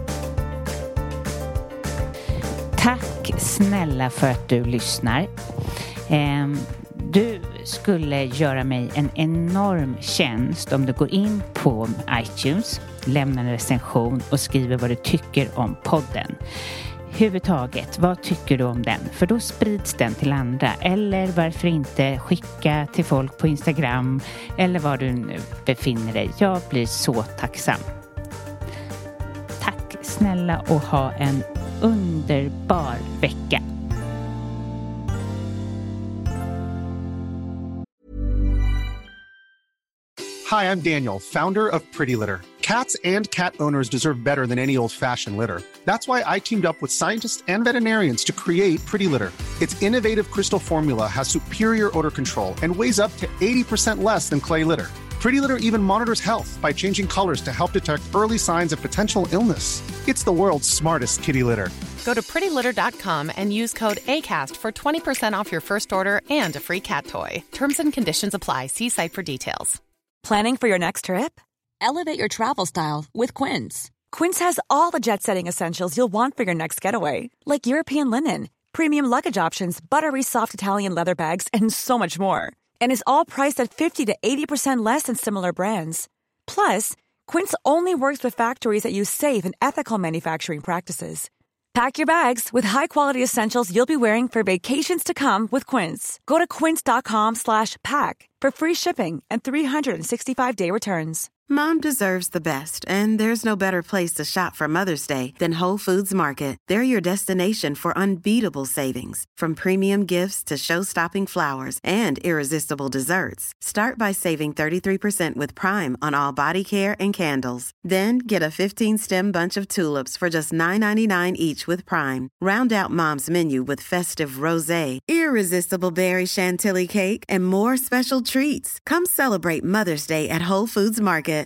Tack snälla för att du lyssnar. Um, Du skulle göra mig en enorm tjänst om du går in på iTunes, lämnar en recension och skriver vad du tycker om podden. Huvudtaget, vad tycker du om den? För då sprids den till andra. Eller varför inte skicka till folk på Instagram eller var du nu befinner dig. Jag blir så tacksam. Tack snälla och ha en underbar vecka. Hi, I'm Daniel, founder of Pretty Litter. Cats and cat owners deserve better than any old-fashioned litter. That's why I teamed up with scientists and veterinarians to create Pretty Litter. Its innovative crystal formula has superior odor control and weighs up to eighty percent less than clay litter. Pretty Litter even monitors health by changing colors to help detect early signs of potential illness. It's the world's smartest kitty litter. Go to pretty litter dot com and use code ACAST for twenty percent off your first order and a free cat toy. Terms and conditions apply. See site for details. Planning for your next trip? Elevate your travel style with Quince. Quince has all the jet-setting essentials you'll want for your next getaway, like European linen, premium luggage options, buttery soft Italian leather bags, and so much more. And is all priced at fifty to eighty percent less than similar brands. Plus, Quince only works with factories that use safe and ethical manufacturing practices. Pack your bags with high-quality essentials you'll be wearing for vacations to come with Quince. Go to quince.com slash pack for free shipping and three sixty-five day returns. Mom deserves the best, and there's no better place to shop for Mother's Day than Whole Foods Market. They're your destination for unbeatable savings, from premium gifts to show-stopping flowers and irresistible desserts. Start by saving thirty-three percent with Prime on all body care and candles. Then get a fifteen-stem bunch of tulips for just nine ninety-nine each with Prime. Round out Mom's menu with festive rosé, irresistible berry chantilly cake, and more special treats. Come celebrate Mother's Day at Whole Foods Market.